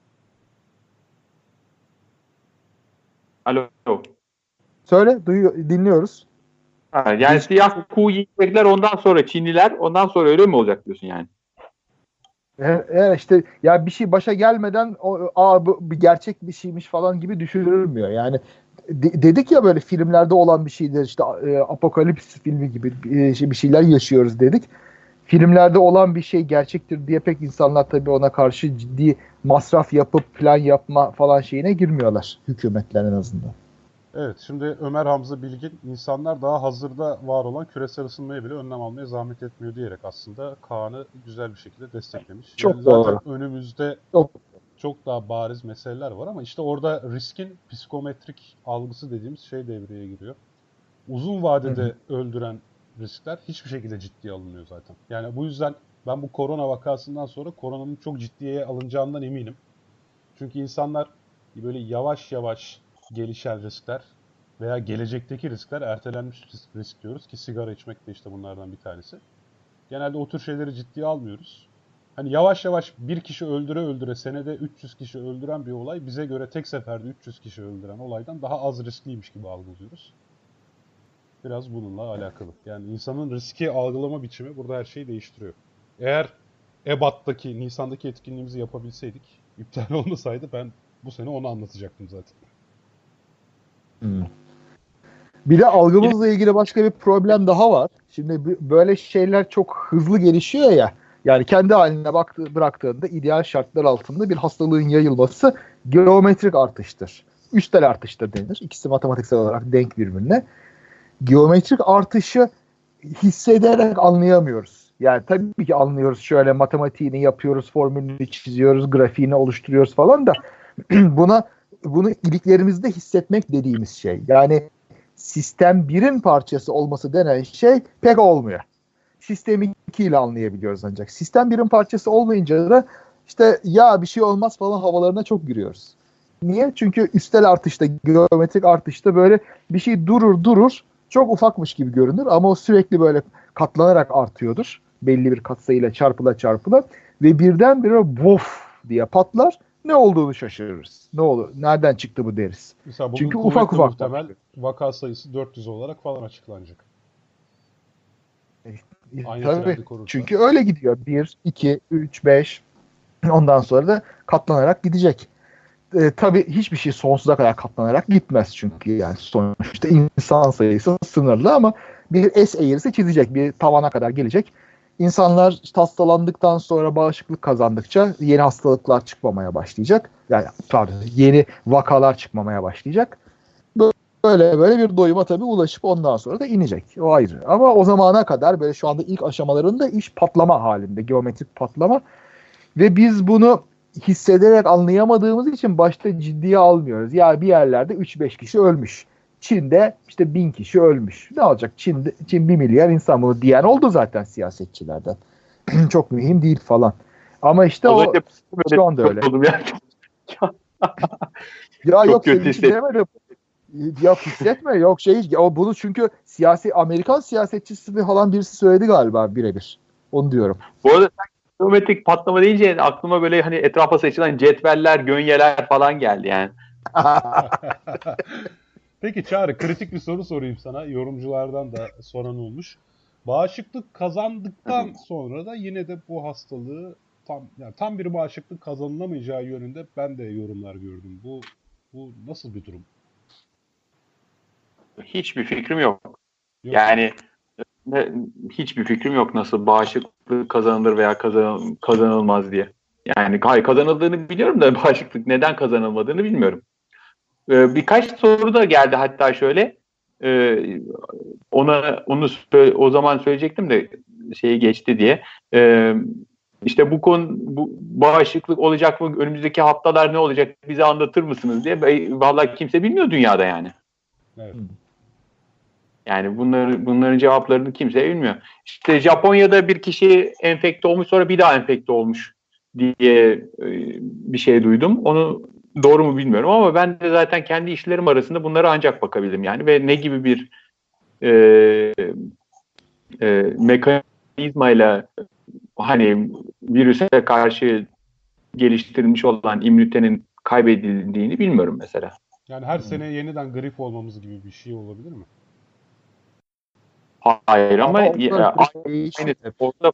Alo. Söyle, dinliyoruz. Yani siyah kuğu yiyecekler ondan sonra Çinliler, ondan sonra öyle mi olacak diyorsun yani? İşte ya bir şey başa gelmeden bu bir gerçek bir şeymiş falan gibi düşünülmüyor. Yani dedik ya böyle filmlerde olan bir şeydir işte Apokalips filmi gibi bir şeyler yaşıyoruz dedik. Filmlerde olan bir şey gerçektir diye pek insanlar tabii ona karşı ciddi masraf yapıp plan yapma falan şeyine girmiyorlar, hükümetler en azından. Evet, şimdi Ömer Hamza Bilgin, insanlar daha hazırda var olan küresel ısınmaya bile önlem almaya zahmet etmiyor diyerek aslında Kaan'ı güzel bir şekilde desteklemiş. Çok Yani doğru. zaten önümüzde çok daha bariz meseleler var ama işte orada riskin psikometrik algısı dediğimiz şey devreye giriyor. Uzun vadede öldüren riskler hiçbir şekilde ciddiye alınmıyor zaten. Yani bu yüzden ben bu korona vakasından sonra koronanın çok ciddiye alınacağından eminim. Çünkü insanlar böyle yavaş yavaş gelişen riskler veya gelecekteki riskler, ertelenmiş risk diyoruz ki sigara içmek de işte bunlardan bir tanesi. Genelde o tür şeyleri ciddiye almıyoruz. Hani yavaş yavaş bir kişi öldüre senede 300 kişi öldüren bir olay bize göre tek seferde 300 kişi öldüren olaydan daha az riskliymiş gibi algılıyoruz. Biraz bununla alakalı. Yani insanın riski algılama biçimi burada her şeyi değiştiriyor. Eğer EBAT'taki, Nisan'daki etkinliğimizi yapabilseydik, iptal olmasaydı ben bu sene onu anlatacaktım zaten. Bir de algımızla ilgili başka bir problem daha var. Şimdi böyle şeyler çok hızlı gelişiyor ya. Yani kendi haline bıraktığında ideal şartlar altında bir hastalığın yayılması geometrik artıştır. Üstel artıştır denir. İkisi matematiksel olarak denk birbirine. Geometrik artışı hissederek anlayamıyoruz. Yani tabii ki anlıyoruz, şöyle matematiğini yapıyoruz, formülünü çiziyoruz, grafiğini oluşturuyoruz falan da bunu iliklerimizde hissetmek dediğimiz şey. Yani sistem 1'in parçası olması denen şey pek olmuyor. Sistem 2 ile anlayabiliyoruz ancak. Sistem 1'in parçası olmayınca da işte ya bir şey olmaz falan havalarına çok giriyoruz. Niye? Çünkü üstel artışta, geometrik artışta böyle bir şey durur çok ufakmış gibi görünür ama o sürekli böyle katlanarak artıyordur. Belli bir katsayıyla çarpıla ve birdenbire bof diye patlar. Ne olduğunu şaşırırız. Ne olur? Nereden çıktı bu deriz. Mesela bugün Çünkü kuvvetle ufak muhtemel başlıyor. vaka sayısı 400 olarak falan açıklanacak. Aynı Tabii. trendi korursa. Çünkü öyle gidiyor. 1, 2, 3, 5 ondan sonra da katlanarak gidecek. Tabii hiçbir şey sonsuza kadar katlanarak gitmez çünkü yani sonuçta insan sayısı sınırlı ama bir S eğrisi çizecek, bir tavana kadar gelecek. İnsanlar işte hastalandıktan sonra bağışıklık kazandıkça yeni hastalıklar çıkmamaya başlayacak. Yani pardon, yeni vakalar çıkmamaya başlayacak. Böyle bir doyuma tabii ulaşıp ondan sonra da inecek. O ayrı. Ama o zamana kadar böyle şu anda ilk aşamalarında iş patlama halinde, geometrik patlama ve biz bunu hissederek anlayamadığımız için başta ciddiye almıyoruz. Ya bir yerlerde 3-5 kişi ölmüş. Çin'de işte 1000 kişi ölmüş. Ne olacak? Çin 1 milyar insan, bunu diyen oldu zaten siyasetçilerden. Çok mühim değil falan. Ama işte o şu anda öyle. Ya Çok yok kötü senin için hissettim. demedim. Yok hissetme. Yok bunu çünkü Amerikan siyasetçisi falan birisi söyledi galiba birebir. Onu diyorum. Bu arada sen geometrik patlama deyince aklıma böyle hani etrafa saçılan cetveller, gönyeler falan geldi yani. Peki Çağrı, kritik bir soru sorayım sana. Yorumculardan da soran olmuş. Bağışıklık kazandıktan sonra da yine de bu hastalığı tam bir bağışıklık kazanılamayacağı yönünde ben de yorumlar gördüm. Bu nasıl bir durum? Hiçbir fikrim yok. Yok mu? Yani hiçbir fikrim yok nasıl bağışıklık kazanılır veya kazanılmaz diye. Yani hayır, kazanıldığını biliyorum da bağışıklık neden kazanılmadığını bilmiyorum. Birkaç soru da geldi hatta şöyle. E, o zaman söyleyecektim de şeyi geçti diye. E, işte bu bağışıklık olacak mı? Önümüzdeki haftalar ne olacak? Bize anlatır mısınız diye. Vallahi kimse bilmiyor dünyada yani. Evet. Yani bunların cevaplarını kimse bilmiyor. İşte Japonya'da bir kişi enfekte olmuş, sonra bir daha enfekte olmuş diye bir şey duydum. Onu doğru mu bilmiyorum ama ben de zaten kendi işlerim arasında bunlara ancak bakabilirim yani ve ne gibi bir e, mekanizmayla hani virüse karşı geliştirilmiş olan immünitenin kaybedildiğini bilmiyorum mesela. Yani her sene yeniden grip olmamız gibi bir şey olabilir mi? Hayır ama Ama onlar aynı orada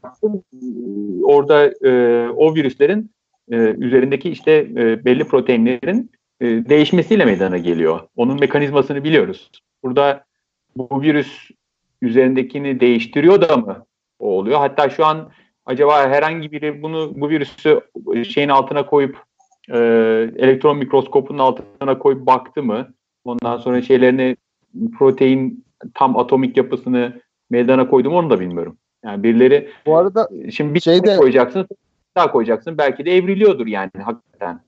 o virüslerin üzerindeki işte belli proteinlerin değişmesiyle meydana geliyor. Onun mekanizmasını biliyoruz. Burada bu virüs üzerindekini değiştiriyor da mı o oluyor? Hatta şu an acaba herhangi biri bu virüsü şeyin altına koyup elektron mikroskopun altına koyup baktı mı? Ondan sonra protein tam atomik yapısını meydana koydum onu da bilmiyorum. Yani birileri bu arada şimdi bir tane koyacaksın, daha koyacaksın. Belki de evriliyordur yani hakikaten.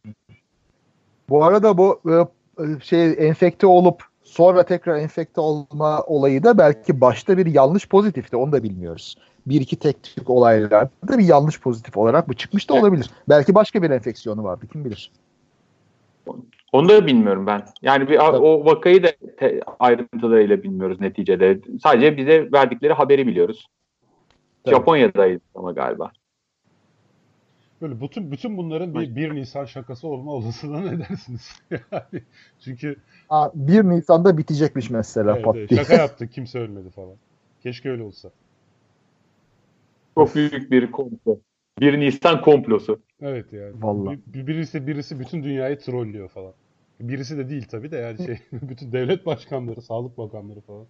enfekte olup sonra tekrar enfekte olma olayı da belki başta bir yanlış pozitifti. Onu da bilmiyoruz. Bir iki tek tük olaylarda bir yanlış pozitif olarak bu çıkmış da olabilir. Belki başka bir enfeksiyonu vardı. Kim bilir. Onu da bilmiyorum ben. Yani o vakayı da ayrıntılarıyla bilmiyoruz neticede. Sadece bize verdikleri haberi biliyoruz. Tabii. Japonya'dayız ama galiba. Böyle bütün bunların bir 1 Nisan şakası olma olasılığına ne dersiniz? Yani çünkü 1 Nisan'da bitecekmiş mesela evet, pat evet, diye. şaka yaptık kimse ölmedi falan. Keşke öyle olsa. Çok büyük bir komplo. 1 Nisan komplosu. Evet yani. Vallahi. Birisi bütün dünyayı trollüyor falan. Birisi de değil tabii de yani bütün devlet başkanları, sağlık bakanları falan.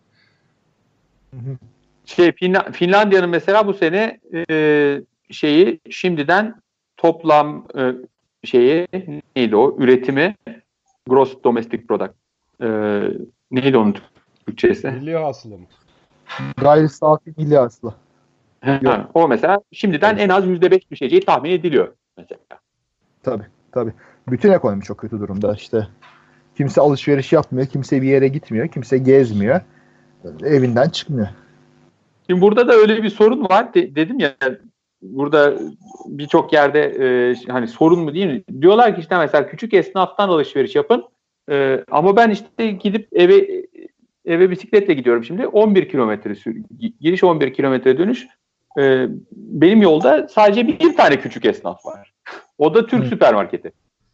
Finlandiya'nın mesela bu sene şeyi şimdiden toplam neydi o? Üretimi Gross Domestic Product. Neydi onun Türkçesi? Milli hasıla mı? Gayri safi milli hasıla. O mesela şimdiden en az %5 düşeceği tahmin ediliyor mesela. Tabii. Bütün ekonomi çok kötü durumda işte. Kimse alışveriş yapmıyor, kimse bir yere gitmiyor, kimse gezmiyor. Evinden çıkmıyor. Şimdi burada da öyle bir sorun var. Dedim ya burada birçok yerde hani sorun mu değil mi? Diyorlar ki işte mesela küçük esnaftan alışveriş yapın. Ama ben işte gidip eve bisikletle gidiyorum şimdi. 11 kilometre giriş 11 kilometre dönüş. Benim yolda sadece bir tane küçük esnaf var. O da Türk süpermarketi.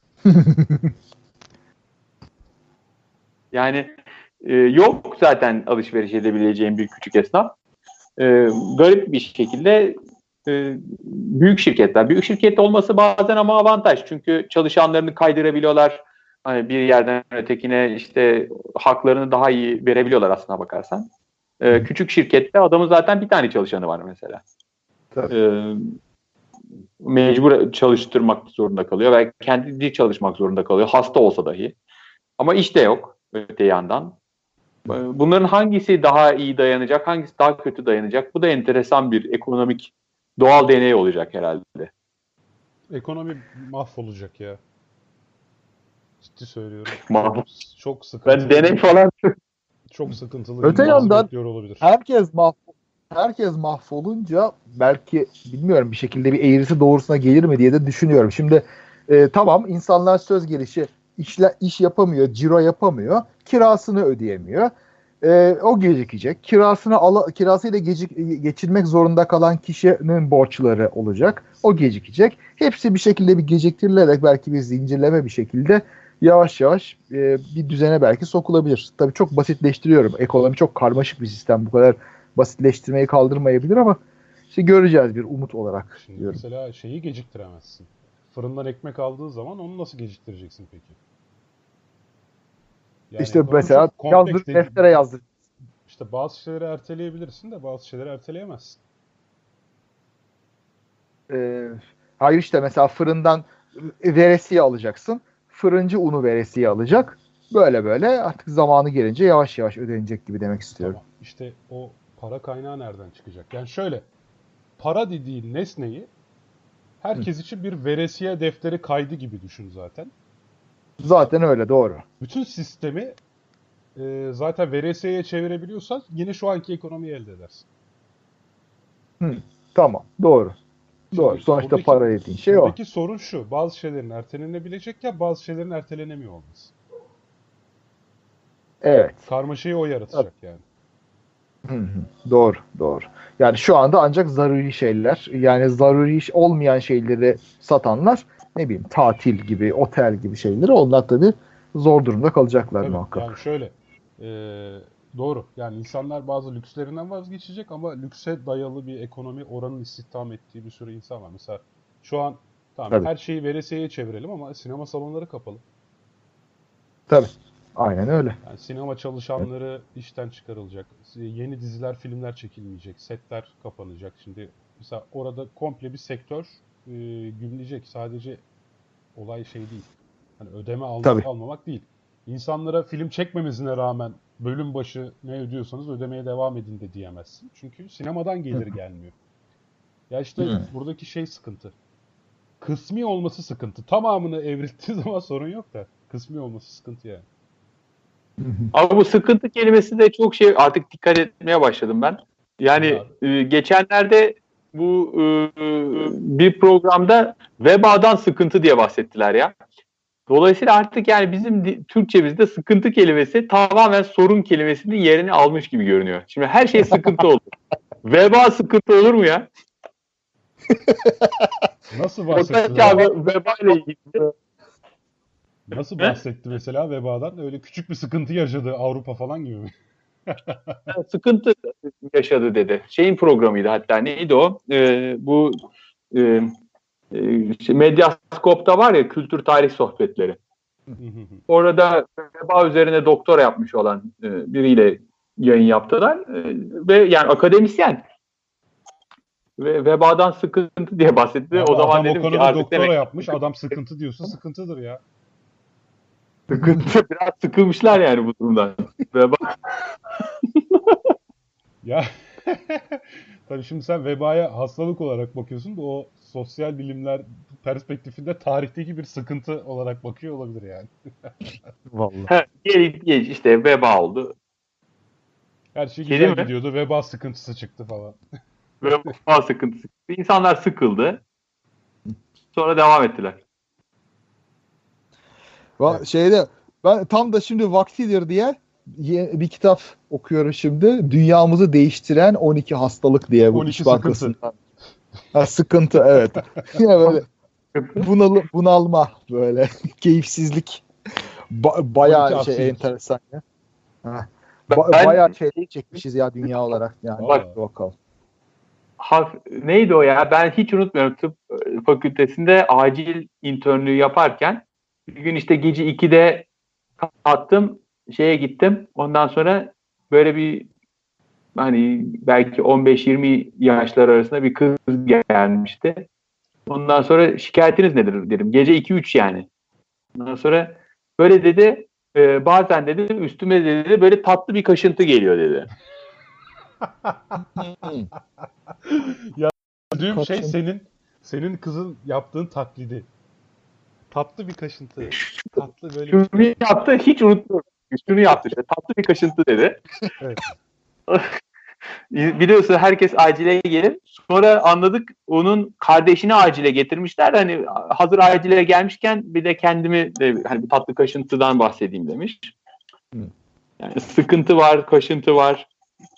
Yani yok zaten alışveriş edebileceğim bir küçük esnaf. Garip bir şekilde büyük şirket olması bazen ama avantaj. Çünkü çalışanlarını kaydırabiliyorlar. Hani bir yerden ötekine işte haklarını daha iyi verebiliyorlar aslına bakarsan. Küçük şirkette adamın zaten bir tane çalışanı var mesela. Mecbur çalıştırmak zorunda kalıyor ve kendi çalışmak zorunda kalıyor. Hasta olsa dahi. Ama iş de yok öte yandan. Bunların hangisi daha iyi dayanacak, hangisi daha kötü dayanacak? Bu da enteresan bir ekonomik doğal deney olacak herhalde. Ekonomi mahvolacak ya. Ciddi söylüyorum. Çok Ben sıkıntılı. deney falan Çok sıkıntılı Öte günler yandan bekliyor olabilir. herkes mahvolunca belki bilmiyorum bir şekilde bir eğrisi doğrusuna gelir mi diye de düşünüyorum. Şimdi Tamam, insanlar söz gelişi iş yapamıyor, ciro yapamıyor, kirasını ödeyemiyor. O gecikecek. Kirasıyla geçirmek zorunda kalan kişinin borçları olacak. O gecikecek. Hepsi bir şekilde bir geciktirilerek belki bir zincirleme bir şekilde yavaş yavaş bir düzene belki sokulabilir. Tabii çok basitleştiriyorum. Ekonomi çok karmaşık bir sistem. Bu kadar basitleştirmeyi kaldırmayabilir ama işte göreceğiz bir umut olarak Şimdi diyorum. mesela şeyi geciktiremezsin. Fırından ekmek aldığın zaman onu nasıl geciktireceksin peki? Yani İşte ekonomi mesela çok kompleks. deftere yazdır. İşte bazı şeyleri erteleyebilirsin de bazı şeyleri erteleyemezsin. E, hayır, işte mesela fırından veresiye alacaksın. Fırıncı unu veresiye alacak. Böyle böyle artık zamanı gelince yavaş yavaş ödenecek gibi demek istiyorum. Tamam. İşte o para kaynağı nereden çıkacak? Yani şöyle, para dediğin nesneyi herkes için bir veresiye defteri kaydı gibi düşün zaten. Zaten öyle, doğru. Bütün sistemi zaten veresiyeye çevirebiliyorsan yine şu anki ekonomiyi elde edersin. Tamam, doğru. Şimdi Doğru. Sonuçta para dediğin şey o. buradaki sorun şu. Bazı şeylerin ertelenebilecekken bazı şeylerin ertelenemiyor olması. Evet. Karmaşayı o yaratacak yani. Doğru, doğru. Yani şu anda ancak zaruri şeyler, yani zaruri iş olmayan şeyleri satanlar, ne bileyim tatil gibi, otel gibi şeyleri, onlar tabii zor durumda kalacaklar Tabii muhakkak. yani şöyle e, doğru. Yani insanlar bazı lükslerinden vazgeçecek ama lükse dayalı bir ekonomi, oranın istihdam ettiği bir sürü insan var. Mesela şu an tamam Tabii. her şeyi veresiyeye çevirelim ama sinema salonları kapalı. Tabii. Aynen öyle. Yani sinema çalışanları işten çıkarılacak. Yeni diziler, filmler çekilmeyecek. Setler kapanacak. Şimdi mesela orada komple bir sektör gümleyecek. Sadece olay şey değil. Hani ödeme almak Tabii. almamak değil. İnsanlara film çekmemesine rağmen bölüm başı ne ödüyorsanız ödemeye devam edin de diyemezsin. Çünkü sinemadan gelir gelmiyor. Ya işte buradaki şey sıkıntı. Kısmi olması sıkıntı. Tamamını evrildiği zaman sorun yok da kısmi olması sıkıntı yani. Ama bu sıkıntı kelimesi de çok şey, artık dikkat etmeye başladım ben. Yani geçenlerde bu bir programda vebadan sıkıntı diye bahsettiler ya. Dolayısıyla artık yani bizim Türkçemizde sıkıntı kelimesi tamamen sorun kelimesinin yerini almış gibi görünüyor. Şimdi her şey sıkıntı olur. Veba sıkıntı olur mu ya? Nasıl bahsetti? Orta çağda veba ile ilgili. Nasıl bahsetti mesela vebadan? Öyle küçük bir sıkıntı yaşadı Avrupa falan gibi mi? Sıkıntı yaşadı dedi. Şeyin programıydı hatta, neydi o? Bu Medyaskop'ta var ya, kültür tarih sohbetleri. Orada veba üzerine doktora yapmış olan biriyle yayın yaptılar. Ve yani akademisyen. Ve vebadan sıkıntı diye bahsetti. Abi o zaman adam dedim o ki konuda artık doktora demek yapmış. Adam sıkıntı diyorsa sıkıntıdır ya. sıkıntı, biraz sıkılmışlar yani bu durumdan. Veba. Ya tabii şimdi sen vebaya hastalık olarak bakıyorsun da o sosyal bilimler perspektifinde tarihteki bir sıkıntı olarak bakıyor olabilir yani. Vallahi. Geç işte veba oldu. Her şey Kedi güzel mi? gidiyordu. Veba sıkıntısı çıktı falan. Veba sıkıntısı. İnsanlar sıkıldı. Sonra devam ettiler. Evet. Şeyde ben tam da şimdi vaktidir diye bir kitap okuyorum şimdi. Dünyamızı değiştiren 12 hastalık diye, bu 12 İş sıkıntı. Bankası'ndan. Ha, sıkıntı, evet. Yine böyle bunalma, böyle keyifsizlik. Bayağı 12 aksilik. enteresan ya. Ha. Ben Bayağı şeyleri çekmişiz ya dünya olarak yani. Bak, Bakalım. neydi o ya? Ben hiç unutmuyorum, tıp fakültesinde acil internlüğü yaparken bir gün işte gece 2'de kalktım, şeye gittim. Ondan sonra böyle bir, hani belki 15-20 yaşlar arasında bir kız gelmişti. Ondan sonra şikayetiniz nedir dedim. Gece 2-3 yani. Ondan sonra böyle dedi, bazen dedi üstüme dedi böyle tatlı bir kaşıntı geliyor dedi. ya düğüm şey senin kızın yaptığın taklidi. Tatlı bir kaşıntı. Tatlı böyle bir Şunu şey. yaptı, hiç unutmuyorum. Şunu yaptı işte, tatlı bir kaşıntı dedi. Evet. Biliyorsun herkes acile gelir. Sonra anladık onun kardeşini acile getirmişler. Hani hazır acile gelmişken bir de kendimi de hani bir tatlı kaşıntıdan bahsedeyim demiş. Yani sıkıntı var, kaşıntı var.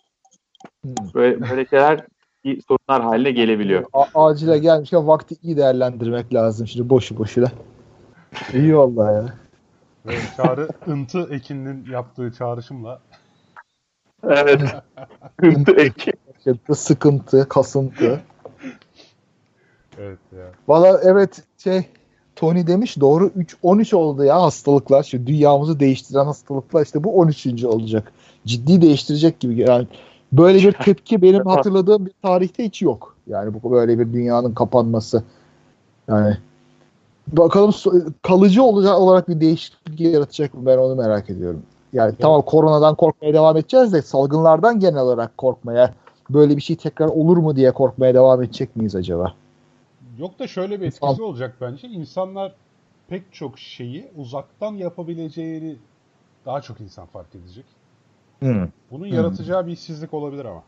Böyle şeyler sorunlar haline gelebiliyor. Acile gelmişken vakti iyi değerlendirmek lazım şimdi boşu boşuna. İyi vallahi ya. Ve Çağrı Intı Ekin'in yaptığı çağrışımla Evet. Sıkıntı eki. Sıkıntı, kasıntı. evet ya. Valla evet Tony demiş doğru 13 oldu ya hastalıklar. Şu dünyamızı değiştiren hastalıklar işte bu 13. olacak. Ciddi değiştirecek gibi. Yani böyle bir tepki benim hatırladığım bir tarihte hiç yok. Yani bu böyle bir dünyanın kapanması. Yani bakalım kalıcı olarak bir değişiklik yaratacak mı ben onu merak ediyorum. Yani tamam koronadan korkmaya devam edeceğiz de salgınlardan genel olarak korkmaya böyle bir şey tekrar olur mu diye korkmaya devam edecek miyiz acaba? Yok da şöyle bir etkisi olacak bence. İnsanlar pek çok şeyi uzaktan yapabileceğini daha çok insan fark edecek. Bunun yaratacağı bir işsizlik olabilir ama.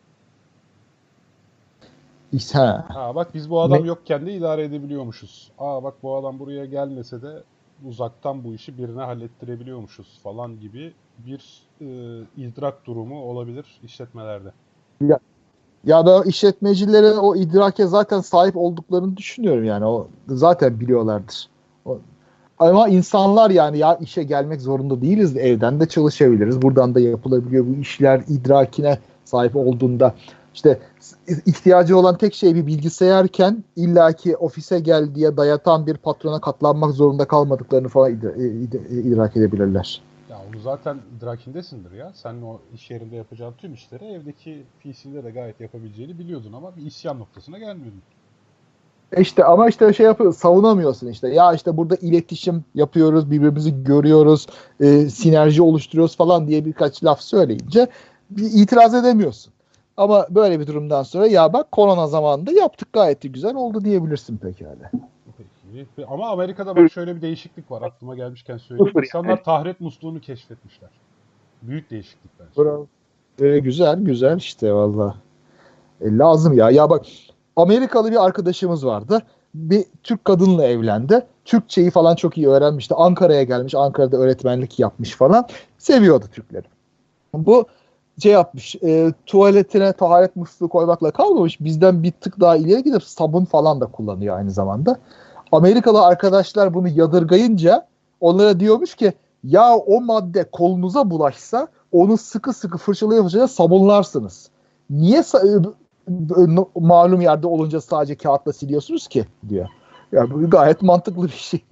Bak biz bu adam yokken de idare edebiliyormuşuz. Bak bu adam buraya gelmese de uzaktan bu işi birine hallettirebiliyormuşuz falan gibi bir idrak durumu olabilir işletmelerde. Ya ben işletmecilerin o idrake zaten sahip olduklarını düşünüyorum yani. O zaten biliyorlardır. Ama insanlar yani ya işe gelmek zorunda değiliz. Evden de çalışabiliriz. Buradan da yapılabiliyor bu işler idrakine sahip olduğunda. İşte ihtiyacı olan tek şey bir bilgisayarken illaki ofise gel diye dayatan bir patrona katlanmak zorunda kalmadıklarını falan idrak edebilirler. Ya onu zaten idrakindesindir ya. Sen o iş yerinde yapacağın tüm işleri evdeki PC'de de gayet yapabileceğini biliyordun ama bir isyan noktasına gelmiyordun. Ama savunamıyorsun işte. Ya işte burada iletişim yapıyoruz, birbirimizi görüyoruz, sinerji oluşturuyoruz falan diye birkaç laf söyleyince itiraz edemiyorsun. Ama böyle bir durumdan sonra ya bak korona zamanında yaptık gayet de güzel oldu diyebilirsin pekala. Peki. Ama Amerika'da bak şöyle bir değişiklik var. Aklıma gelmişken söyleyeyim. İnsanlar taharet musluğunu keşfetmişler. Büyük değişiklik bence. Bravo. Güzel işte valla. Lazım ya. Ya bak Amerikalı bir arkadaşımız vardı. Bir Türk kadınla evlendi. Türkçeyi falan çok iyi öğrenmişti. Ankara'ya gelmiş. Ankara'da öğretmenlik yapmış falan. Seviyordu Türkleri. Bu yapmış. Tuvaletine taharet musluğu koymakla kalmamış. Bizden bir tık daha ileri gidip sabun falan da kullanıyor aynı zamanda. Amerikalı arkadaşlar bunu yadırgayınca onlara diyormuş ki ya o madde kolunuza bulaşsa onu sıkı sıkı fırçalaya sabunlarsınız. Niye malum yerde olunca sadece kağıtla siliyorsunuz ki diyor. Yani bu gayet mantıklı bir şey.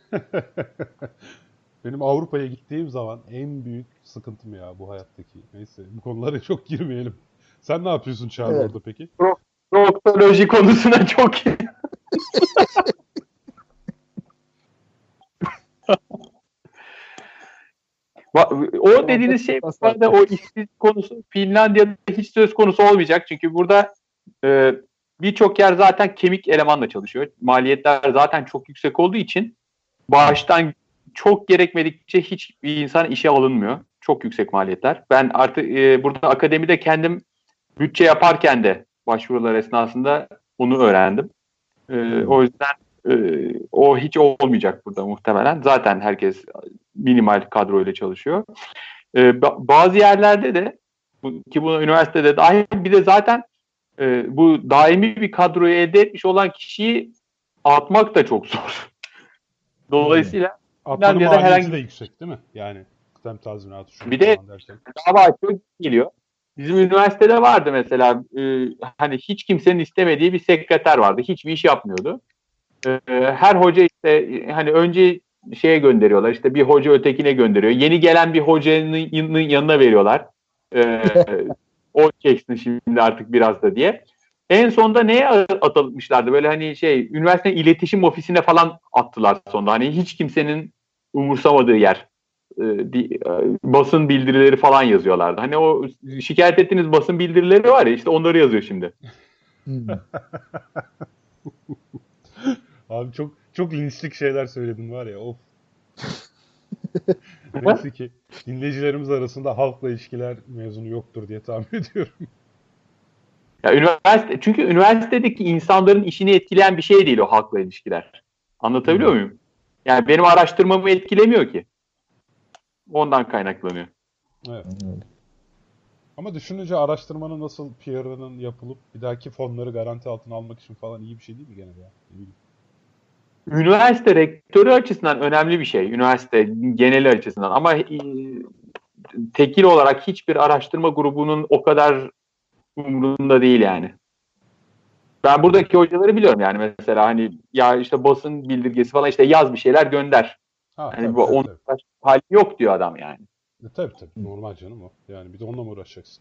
Benim Avrupa'ya gittiğim zaman en büyük sıkıntım ya bu hayattaki. Neyse bu konulara çok girmeyelim. Sen ne yapıyorsun Çağrı orada peki? Proktoloji konusuna çok iyi. O dediğiniz şey burada o işsiz konusu Finlandiya'da hiç söz konusu olmayacak. Çünkü burada birçok yer zaten kemik elemanla çalışıyor. Maliyetler zaten çok yüksek olduğu için baştan çok gerekmedikçe hiçbir insan işe alınmıyor. Çok yüksek maliyetler. Ben artık burada akademide kendim bütçe yaparken de başvurular esnasında onu öğrendim. O yüzden o hiç olmayacak burada muhtemelen. Zaten herkes minimal kadroyla çalışıyor. Bazı yerlerde de ki bu üniversitede dahil bir de zaten bu daimi bir kadroyu elde etmiş olan kişiyi atmak da çok zor. Dolayısıyla atmanın maliyeti de yüksek değil mi? Yani kıdem tazminatı şunu bir de falan derken. dava açıyor geliyor. Bizim üniversitede vardı mesela hani hiç kimsenin istemediği bir sekreter vardı. Hiçbir iş yapmıyordu. Her hoca işte hani önce şeye gönderiyorlar. İşte bir hoca ötekine gönderiyor. Yeni gelen bir hocanın yanına veriyorlar. O çeksin şimdi artık biraz da diye. En sonunda neye atılmışlardı? Böyle hani üniversitenin iletişim ofisine falan attılar sonunda. Hani hiç kimsenin umursamadığı yer. Basın bildirileri falan yazıyorlardı. Hani o şikayet ettiğiniz basın bildirileri var ya işte onları yazıyor şimdi. Abi çok linçlik şeyler söyledin var ya of. Neyse ki dinleyicilerimiz arasında halkla ilişkiler mezunu yoktur diye tahmin ediyorum. Ya çünkü üniversitedeki insanların işini etkileyen bir şey değil o halkla ilişkiler. Anlatabiliyor muyum? Yani benim araştırmamı etkilemiyor ki. Ondan kaynaklanıyor. Evet. Ama düşününce araştırmanın nasıl PR'ının yapılıp bir dahaki fonları garanti altına almak için falan iyi bir şey değil mi gene de ya? Ne bileyim. Üniversite rektörü açısından önemli bir şey. Üniversite geneli açısından. Ama tekil olarak hiçbir araştırma grubunun o kadar umurunda değil yani. Ben buradaki hocaları biliyorum yani mesela hani ya işte basın bildirgesi falan işte yaz bir şeyler gönder. Ha Hani tabii tabii onun tabii. hali yok diyor adam yani. Tabii normal canım o. Yani bir de onunla mı uğraşacaksın?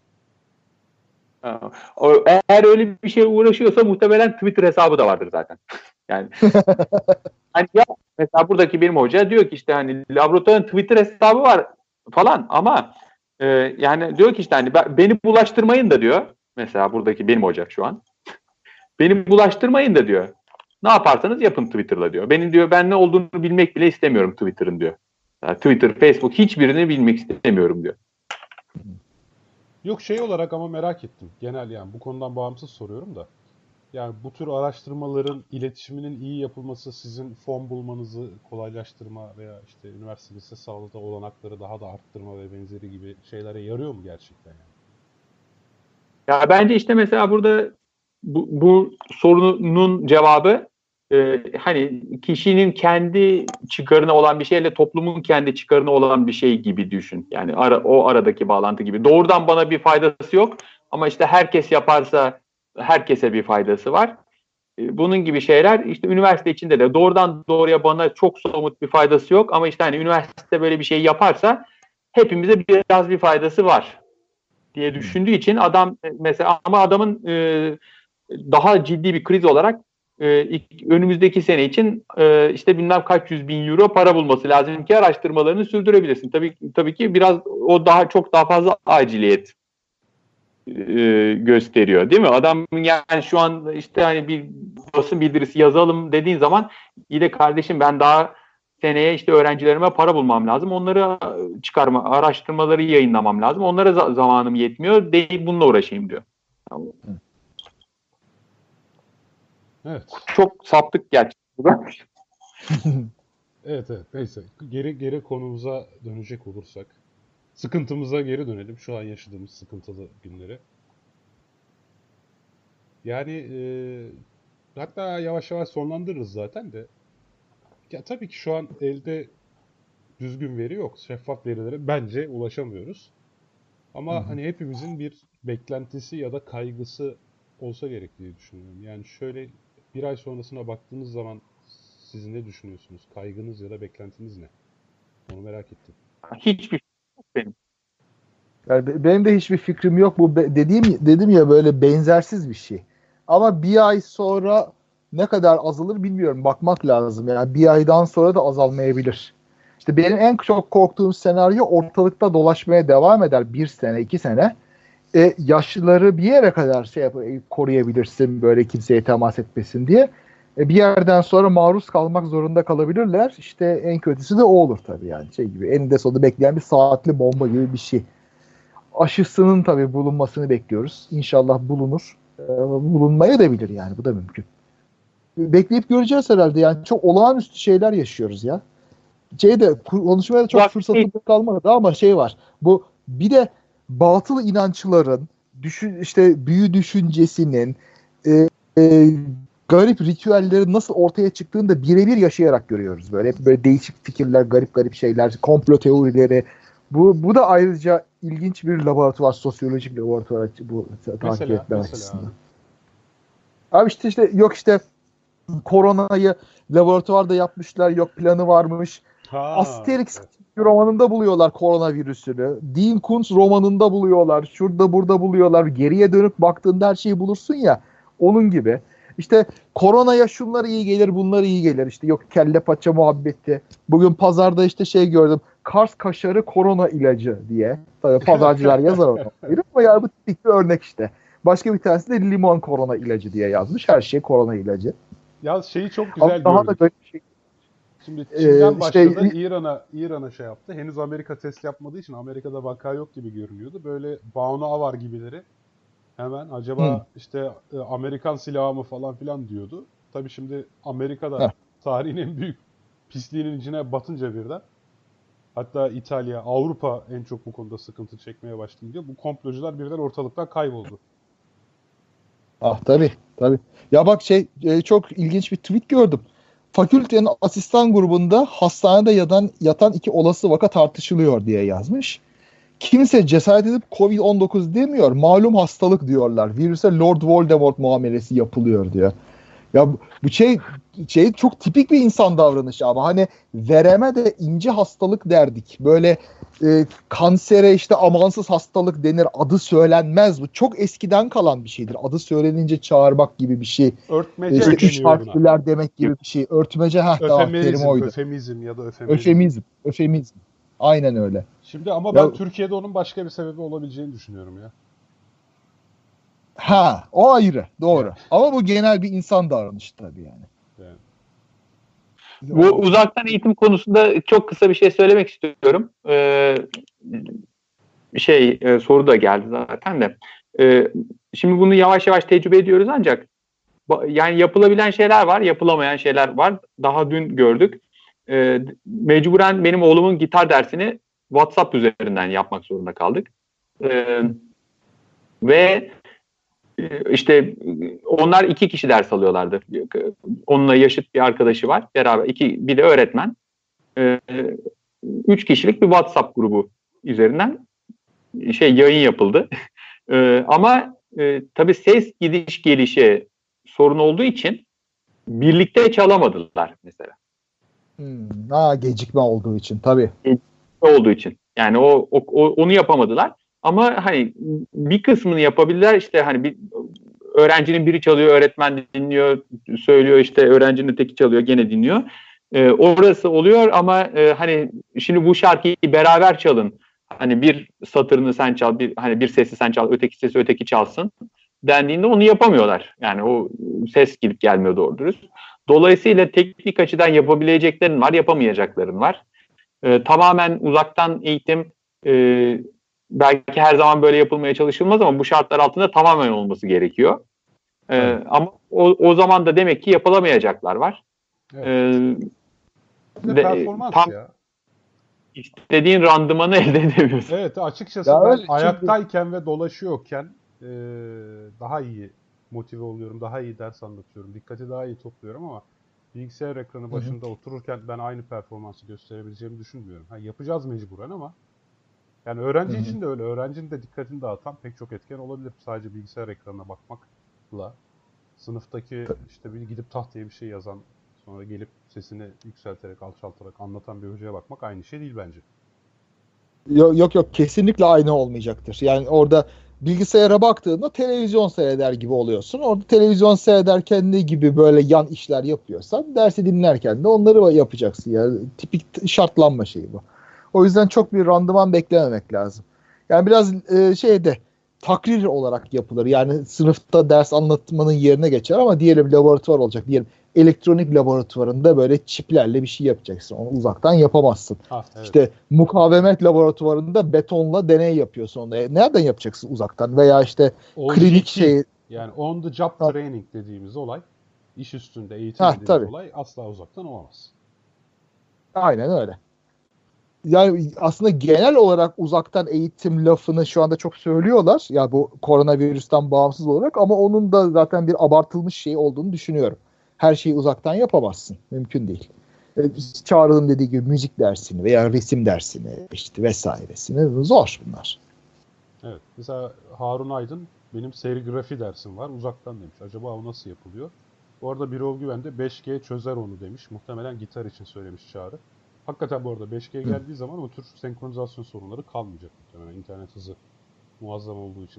Eğer öyle bir şey uğraşıyorsa muhtemelen Twitter hesabı da vardır zaten. Yani hani ya mesela buradaki benim hoca diyor ki işte hani laboratuvarın Twitter hesabı var falan ama yani diyor ki işte hani beni bulaştırmayın da diyor. Mesela buradaki benim hoca şu an. Beni bulaştırmayın da diyor. Ne yaparsanız yapın Twitter'la diyor. Benim diyor ben ne olduğunu bilmek bile istemiyorum Twitter'ın diyor. Yani Twitter, Facebook hiçbirini bilmek istemiyorum diyor. Yok şey olarak ama merak ettim. Genel yani bu konudan bağımsız soruyorum da. Yani bu tür araştırmaların iletişiminin iyi yapılması sizin fon bulmanızı kolaylaştırma veya işte üniversitede size sağladığı olanakları daha da arttırma ve benzeri gibi şeylere yarıyor mu gerçekten yani? Ya bence işte mesela burada bu sorunun cevabı hani kişinin kendi çıkarına olan bir şeyle toplumun kendi çıkarına olan bir şey gibi düşün. Yani o aradaki bağlantı gibi. Doğrudan bana bir faydası yok ama işte herkes yaparsa herkese bir faydası var. Bunun gibi şeyler işte üniversite içinde de doğrudan doğruya bana çok somut bir faydası yok ama işte hani üniversite böyle bir şey yaparsa hepimize biraz bir faydası var diye düşündüğü için adam mesela ama adamın daha ciddi bir kriz olarak önümüzdeki sene için işte bilmem kaç yüz bin euro para bulması lazım ki araştırmalarını sürdürebilirsin. Tabii ki biraz o daha çok daha fazla aciliyet gösteriyor değil mi? Adam yani şu an işte hani bir basın bildirisi yazalım dediğin zaman iyi de kardeşim ben daha seneye işte öğrencilerime para bulmam lazım. Onları araştırmaları yayınlamam lazım. Onlara zamanım yetmiyor. Değil bununla uğraşayım diyor. Evet. Çok saptık gerçekten. Evet neyse. Geri konumuza dönecek olursak. Sıkıntımıza geri dönelim. Şu an yaşadığımız sıkıntılı günleri. Yani hatta yavaş yavaş sonlandırırız zaten de. Ya tabii ki şu an elde düzgün veri yok. Şeffaf verilere bence ulaşamıyoruz. Ama hani hepimizin bir beklentisi ya da kaygısı olsa gerek diye düşünüyorum. Yani şöyle bir ay sonrasına baktığınız zaman siz ne düşünüyorsunuz? Kaygınız ya da beklentiniz ne? Onu merak ettim. Hiçbir şey yok benim. Yani benim de hiçbir fikrim yok. Bu dedim ya böyle benzersiz bir şey. Ama bir ay sonra ne kadar azalır bilmiyorum. Bakmak lazım. Yani bir aydan sonra da azalmayabilir. İşte benim en çok korktuğum senaryo ortalıkta dolaşmaya devam eder. Bir sene, 2 sene. Yaşlıları bir yere kadar koruyabilirsin böyle kimseye temas etmesin diye. Bir yerden sonra maruz kalmak zorunda kalabilirler. İşte en kötüsü de o olur tabii yani. Şey gibi eninde sonunda bekleyen bir saatli bomba gibi bir şey. Aşısının tabii bulunmasını bekliyoruz. İnşallah bulunur. Bulunmaya da bilir yani. Bu da mümkün. Bekleyip göreceğiz herhalde. Yani çok olağanüstü şeyler yaşıyoruz ya. Konuşmaya da çok fırsatım kalmadı ama şey var. Bu bir de batıl inançların işte büyü düşüncesinin e, e, garip ritüellerin nasıl ortaya çıktığını da birebir yaşayarak görüyoruz. Böyle değişik fikirler, garip garip şeyler, komplo teorileri. Bu da ayrıca ilginç bir laboratuvar, sosyolojik laboratuvar bu takip etme Mesela açısından. abi. Abi işte yok işte koronayı laboratuvarda yapmışlar, yok planı varmış. Ha, Asterix evet. romanında buluyorlar koronavirüsünü. Dean Koontz romanında buluyorlar. Şurada burada buluyorlar. Geriye dönüp baktığında her şeyi bulursun ya. Onun gibi. İşte koronaya şunlar iyi gelir, bunlar iyi gelir. İşte yok kelle paça muhabbeti. Bugün pazarda işte şey gördüm. Kars kaşarı korona ilacı diye. Tabii pazarcılar yazar onu. Ama yani bu tipik bir örnek işte. Başka bir tanesi de limon korona ilacı diye yazmış. Her şey korona ilacı. Ya şeyi çok Ama güzel daha da gördük. garip bir şey. Şimdi Çin'den İşte başladı, İran'a şey yaptı. Henüz Amerika test yapmadığı için Amerika'da vaka yok gibi görünüyordu. Böyle Banu Avar gibileri Hemen acaba işte Amerikan silahı mı falan filan diyordu. Tabii şimdi Amerika'da tarihin en büyük pisliğinin içine batınca birden, hatta İtalya, Avrupa en çok bu konuda sıkıntı çekmeye başlayınca bu komplocular birden ortalıktan kayboldu. Ah tabii tabii. Ya bak çok ilginç bir tweet gördüm. Fakültenin asistan grubunda hastanede yatan iki olası vaka tartışılıyor diye yazmış. Kimse cesaret edip Covid-19 demiyor. Malum hastalık diyorlar. Virüse Lord Voldemort muamelesi yapılıyor diyor. Ya bu çok tipik bir insan davranışı ama hani vereme de ince hastalık derdik. Böyle kansere işte amansız hastalık denir. Adı söylenmez. Bu çok eskiden kalan bir şeydir. Adı söylenince çağırmak gibi bir şey. Örtmece İşte üç deniyor buna. harfliler demek gibi bir şey. Örtmece tamam terim oydu. Öfemizm ya da öfemizm. Öfemizm. Aynen öyle. Şimdi ama Ya, ben Türkiye'de onun başka bir sebebi olabileceğini düşünüyorum ya. o ayrı. Doğru. Yani. Ama bu genel bir insan davranışı tabii yani. Bu uzaktan eğitim konusunda çok kısa bir şey söylemek istiyorum. Soru da geldi zaten de. Şimdi bunu yavaş yavaş tecrübe ediyoruz ancak yani yapılabilen şeyler var, yapılamayan şeyler var. Daha dün gördük. Mecburen benim oğlumun gitar dersini WhatsApp üzerinden yapmak zorunda kaldık. Ve işte onlar 2 kişi ders alıyorlardı. Onunla yaşıt bir arkadaşı var. Beraber bir de öğretmen. 3 kişilik bir WhatsApp grubu üzerinden yayın yapıldı. Ama tabii ses gidiş gelişi sorun olduğu için birlikte çalamadılar mesela. Gecikme olduğu için tabii. Gecikme olduğu için. Yani onu yapamadılar. Ama hani bir kısmını yapabilirler. İşte hani bir öğrencinin biri çalıyor, öğretmen dinliyor, söylüyor, işte öğrencinin öteki çalıyor, gene dinliyor. Orası oluyor ama hani şimdi bu şarkıyı beraber çalın. Hani bir satırını sen çal, bir sesi sen çal, öteki sesi öteki çalsın dendiğinde onu yapamıyorlar. Yani o ses gidip gelmiyor doğru dürüst. Dolayısıyla teknik açıdan yapabileceklerin var, yapamayacakların var. Tamamen uzaktan eğitim belki her zaman böyle yapılmaya çalışılmaz ama bu şartlar altında tamamen olması gerekiyor. Ama o zaman da demek ki yapılamayacaklar var. Evet. Performans ya. İstediğin randımanı elde edemiyorsun. Evet, açıkçası ben ayaktayken ve dolaşıyorken daha iyi motive oluyorum, daha iyi ders anlatıyorum, dikkati daha iyi topluyorum ama bilgisayar ekranı başında otururken ben aynı performansı gösterebileceğimi düşünmüyorum. Yapacağız mecburen ama yani öğrenci için de öyle. Öğrencinin de dikkatini dağıtan pek çok etken olabilir. Sadece bilgisayar ekranına bakmakla sınıftaki işte gidip tahtaya bir şey yazan, sonra gelip sesini yükselterek, alçaltarak anlatan bir hocaya bakmak aynı şey değil bence. Yok kesinlikle aynı olmayacaktır. Yani orada bilgisayara baktığında televizyon seyreder gibi oluyorsun. Orada televizyon seyrederken ne gibi böyle yan işler yapıyorsan dersi dinlerken de onları yapacaksın. Yani tipik şartlanma şeyi bu. O yüzden çok bir randıman beklememek lazım. Yani biraz takrir olarak yapılır. Yani sınıfta ders anlatmanın yerine geçer ama diyelim laboratuvar olacak. Diyelim elektronik laboratuvarında böyle çiplerle bir şey yapacaksın. Onu uzaktan yapamazsın. Evet. İşte mukavemet laboratuvarında betonla deney yapıyorsun onu. Nereden yapacaksın uzaktan? Veya işte klinik yani on the job training dediğimiz olay, iş üstünde eğitim dediğimiz olay asla uzaktan olamaz. Aynen öyle. Yani aslında genel olarak uzaktan eğitim lafını şu anda çok söylüyorlar. Ya bu koronavirüsten bağımsız olarak ama onun da zaten bir abartılmış şey olduğunu düşünüyorum. Her şeyi uzaktan yapamazsın. Mümkün değil. Çağrı'nın dediği gibi müzik dersini veya resim dersini işte vesairesini zor bunlar. Evet. Mesela Harun Aydın benim serigrafi dersim var uzaktan demiş. Acaba o nasıl yapılıyor? Bu arada Birol Güven de 5G çözer onu demiş. Muhtemelen gitar için söylemiş Çağrı. Hakikaten bu arada 5G geldiği zaman o tür senkronizasyon sorunları kalmayacak muhtemelen. İnternet hızı muazzam olduğu için.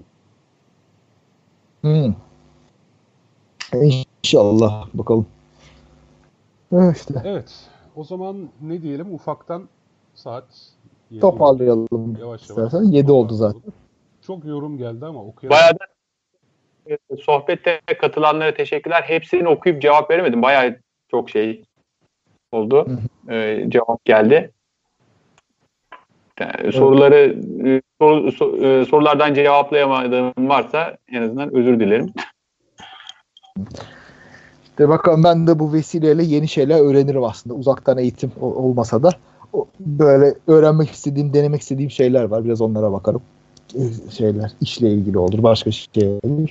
İnşallah bakalım. İşte. Evet. O zaman ne diyelim? Ufaktan saat 7 toparlayalım. Yavaş 7 oldu zaten. Çok yorum geldi ama okuyalım. Bayağı da sohbette katılanlara teşekkürler. Hepsini okuyup cevap veremedim. Bayağı çok şey oldu. Cevap geldi. Yani sorulardan cevaplayamadığım varsa en azından özür dilerim. De bakalım, ben de bu vesileyle yeni şeyler öğrenirim aslında. Uzaktan eğitim olmasa da böyle öğrenmek istediğim, denemek istediğim şeyler var. Biraz onlara bakarım. Şeyler işle ilgili olur, başka şey olur.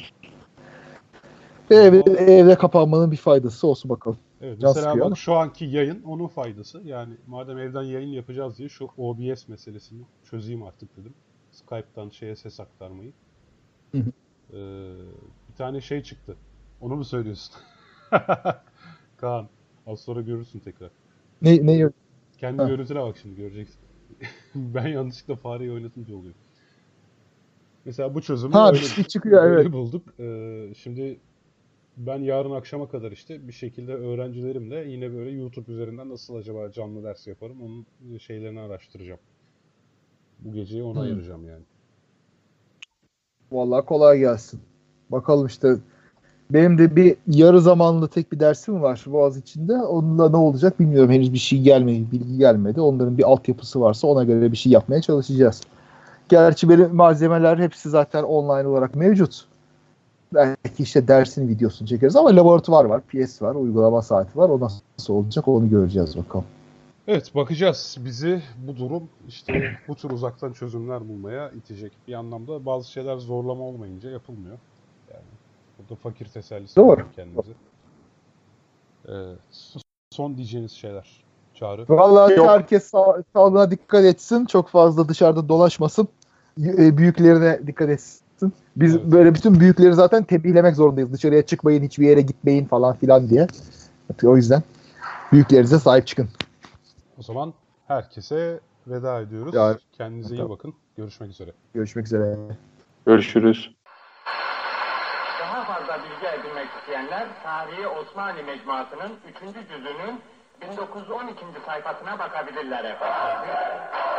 Evde kapanmanın bir faydası olsun bakalım. Evet, Can mesela sıkıyor bak ama. şu anki yayın onun faydası. Yani madem evden yayın yapacağız diye şu OBS meselesini çözeyim artık dedim. Skype'tan ses aktarmayı. Hı hı. Bir tane şey çıktı. Onu mu söylüyorsun? Kaan, az sonra görürsün tekrar. Ne? Kendi Ha. görüntüne bak, şimdi göreceksin. Ben yanlışlıkla fareyi oynatınca oluyor. Mesela bu çözümü Ha, bir öyle, şey çıkıyor, öyle evet. bulduk. Şimdi ben yarın akşama kadar işte bir şekilde öğrencilerimle yine böyle YouTube üzerinden nasıl acaba canlı ders yaparım, onun şeylerini araştıracağım. Bu geceyi ona ayıracağım yani. Vallahi kolay gelsin. Bakalım işte. Benim de bir yarı zamanlı tek bir dersim var Boğaziçi'nde. Onunla ne olacak bilmiyorum. Henüz bir şey gelmedi, bilgi gelmedi. Onların bir altyapısı varsa ona göre bir şey yapmaya çalışacağız. Gerçi benim malzemeler hepsi zaten online olarak mevcut. Belki işte dersin videosunu çekeriz ama laboratuvar var, PS var, uygulama saati var. O nasıl olacak onu göreceğiz bakalım. Evet, bakacağız. Bizi bu durum işte bu tür uzaktan çözümler bulmaya itecek. Bir anlamda bazı şeyler zorlama olmayınca yapılmıyor. Yani burada fakir tesellisi Doğru. verelim kendimize. Son diyeceğiniz şeyler. Çağrı. Vallahi Yok. herkes sağlığına dikkat etsin. Çok fazla dışarıda dolaşmasın. Büyüklerine dikkat etsin. Biz Evet. böyle bütün büyükleri zaten tembihlemek zorundayız. Dışarıya çıkmayın, hiçbir yere gitmeyin falan filan diye. O yüzden büyüklerinize sahip çıkın. O zaman herkese veda ediyoruz. Yani, Kendinize iyi tamam. bakın. Görüşmek üzere. Görüşmek üzere. Görüşürüz. Daha fazla bilgi edinmek isteyenler Tarihi Osmanlı Mecmuası'nın 3. cüzünün 1912. sayfasına bakabilirler efendim.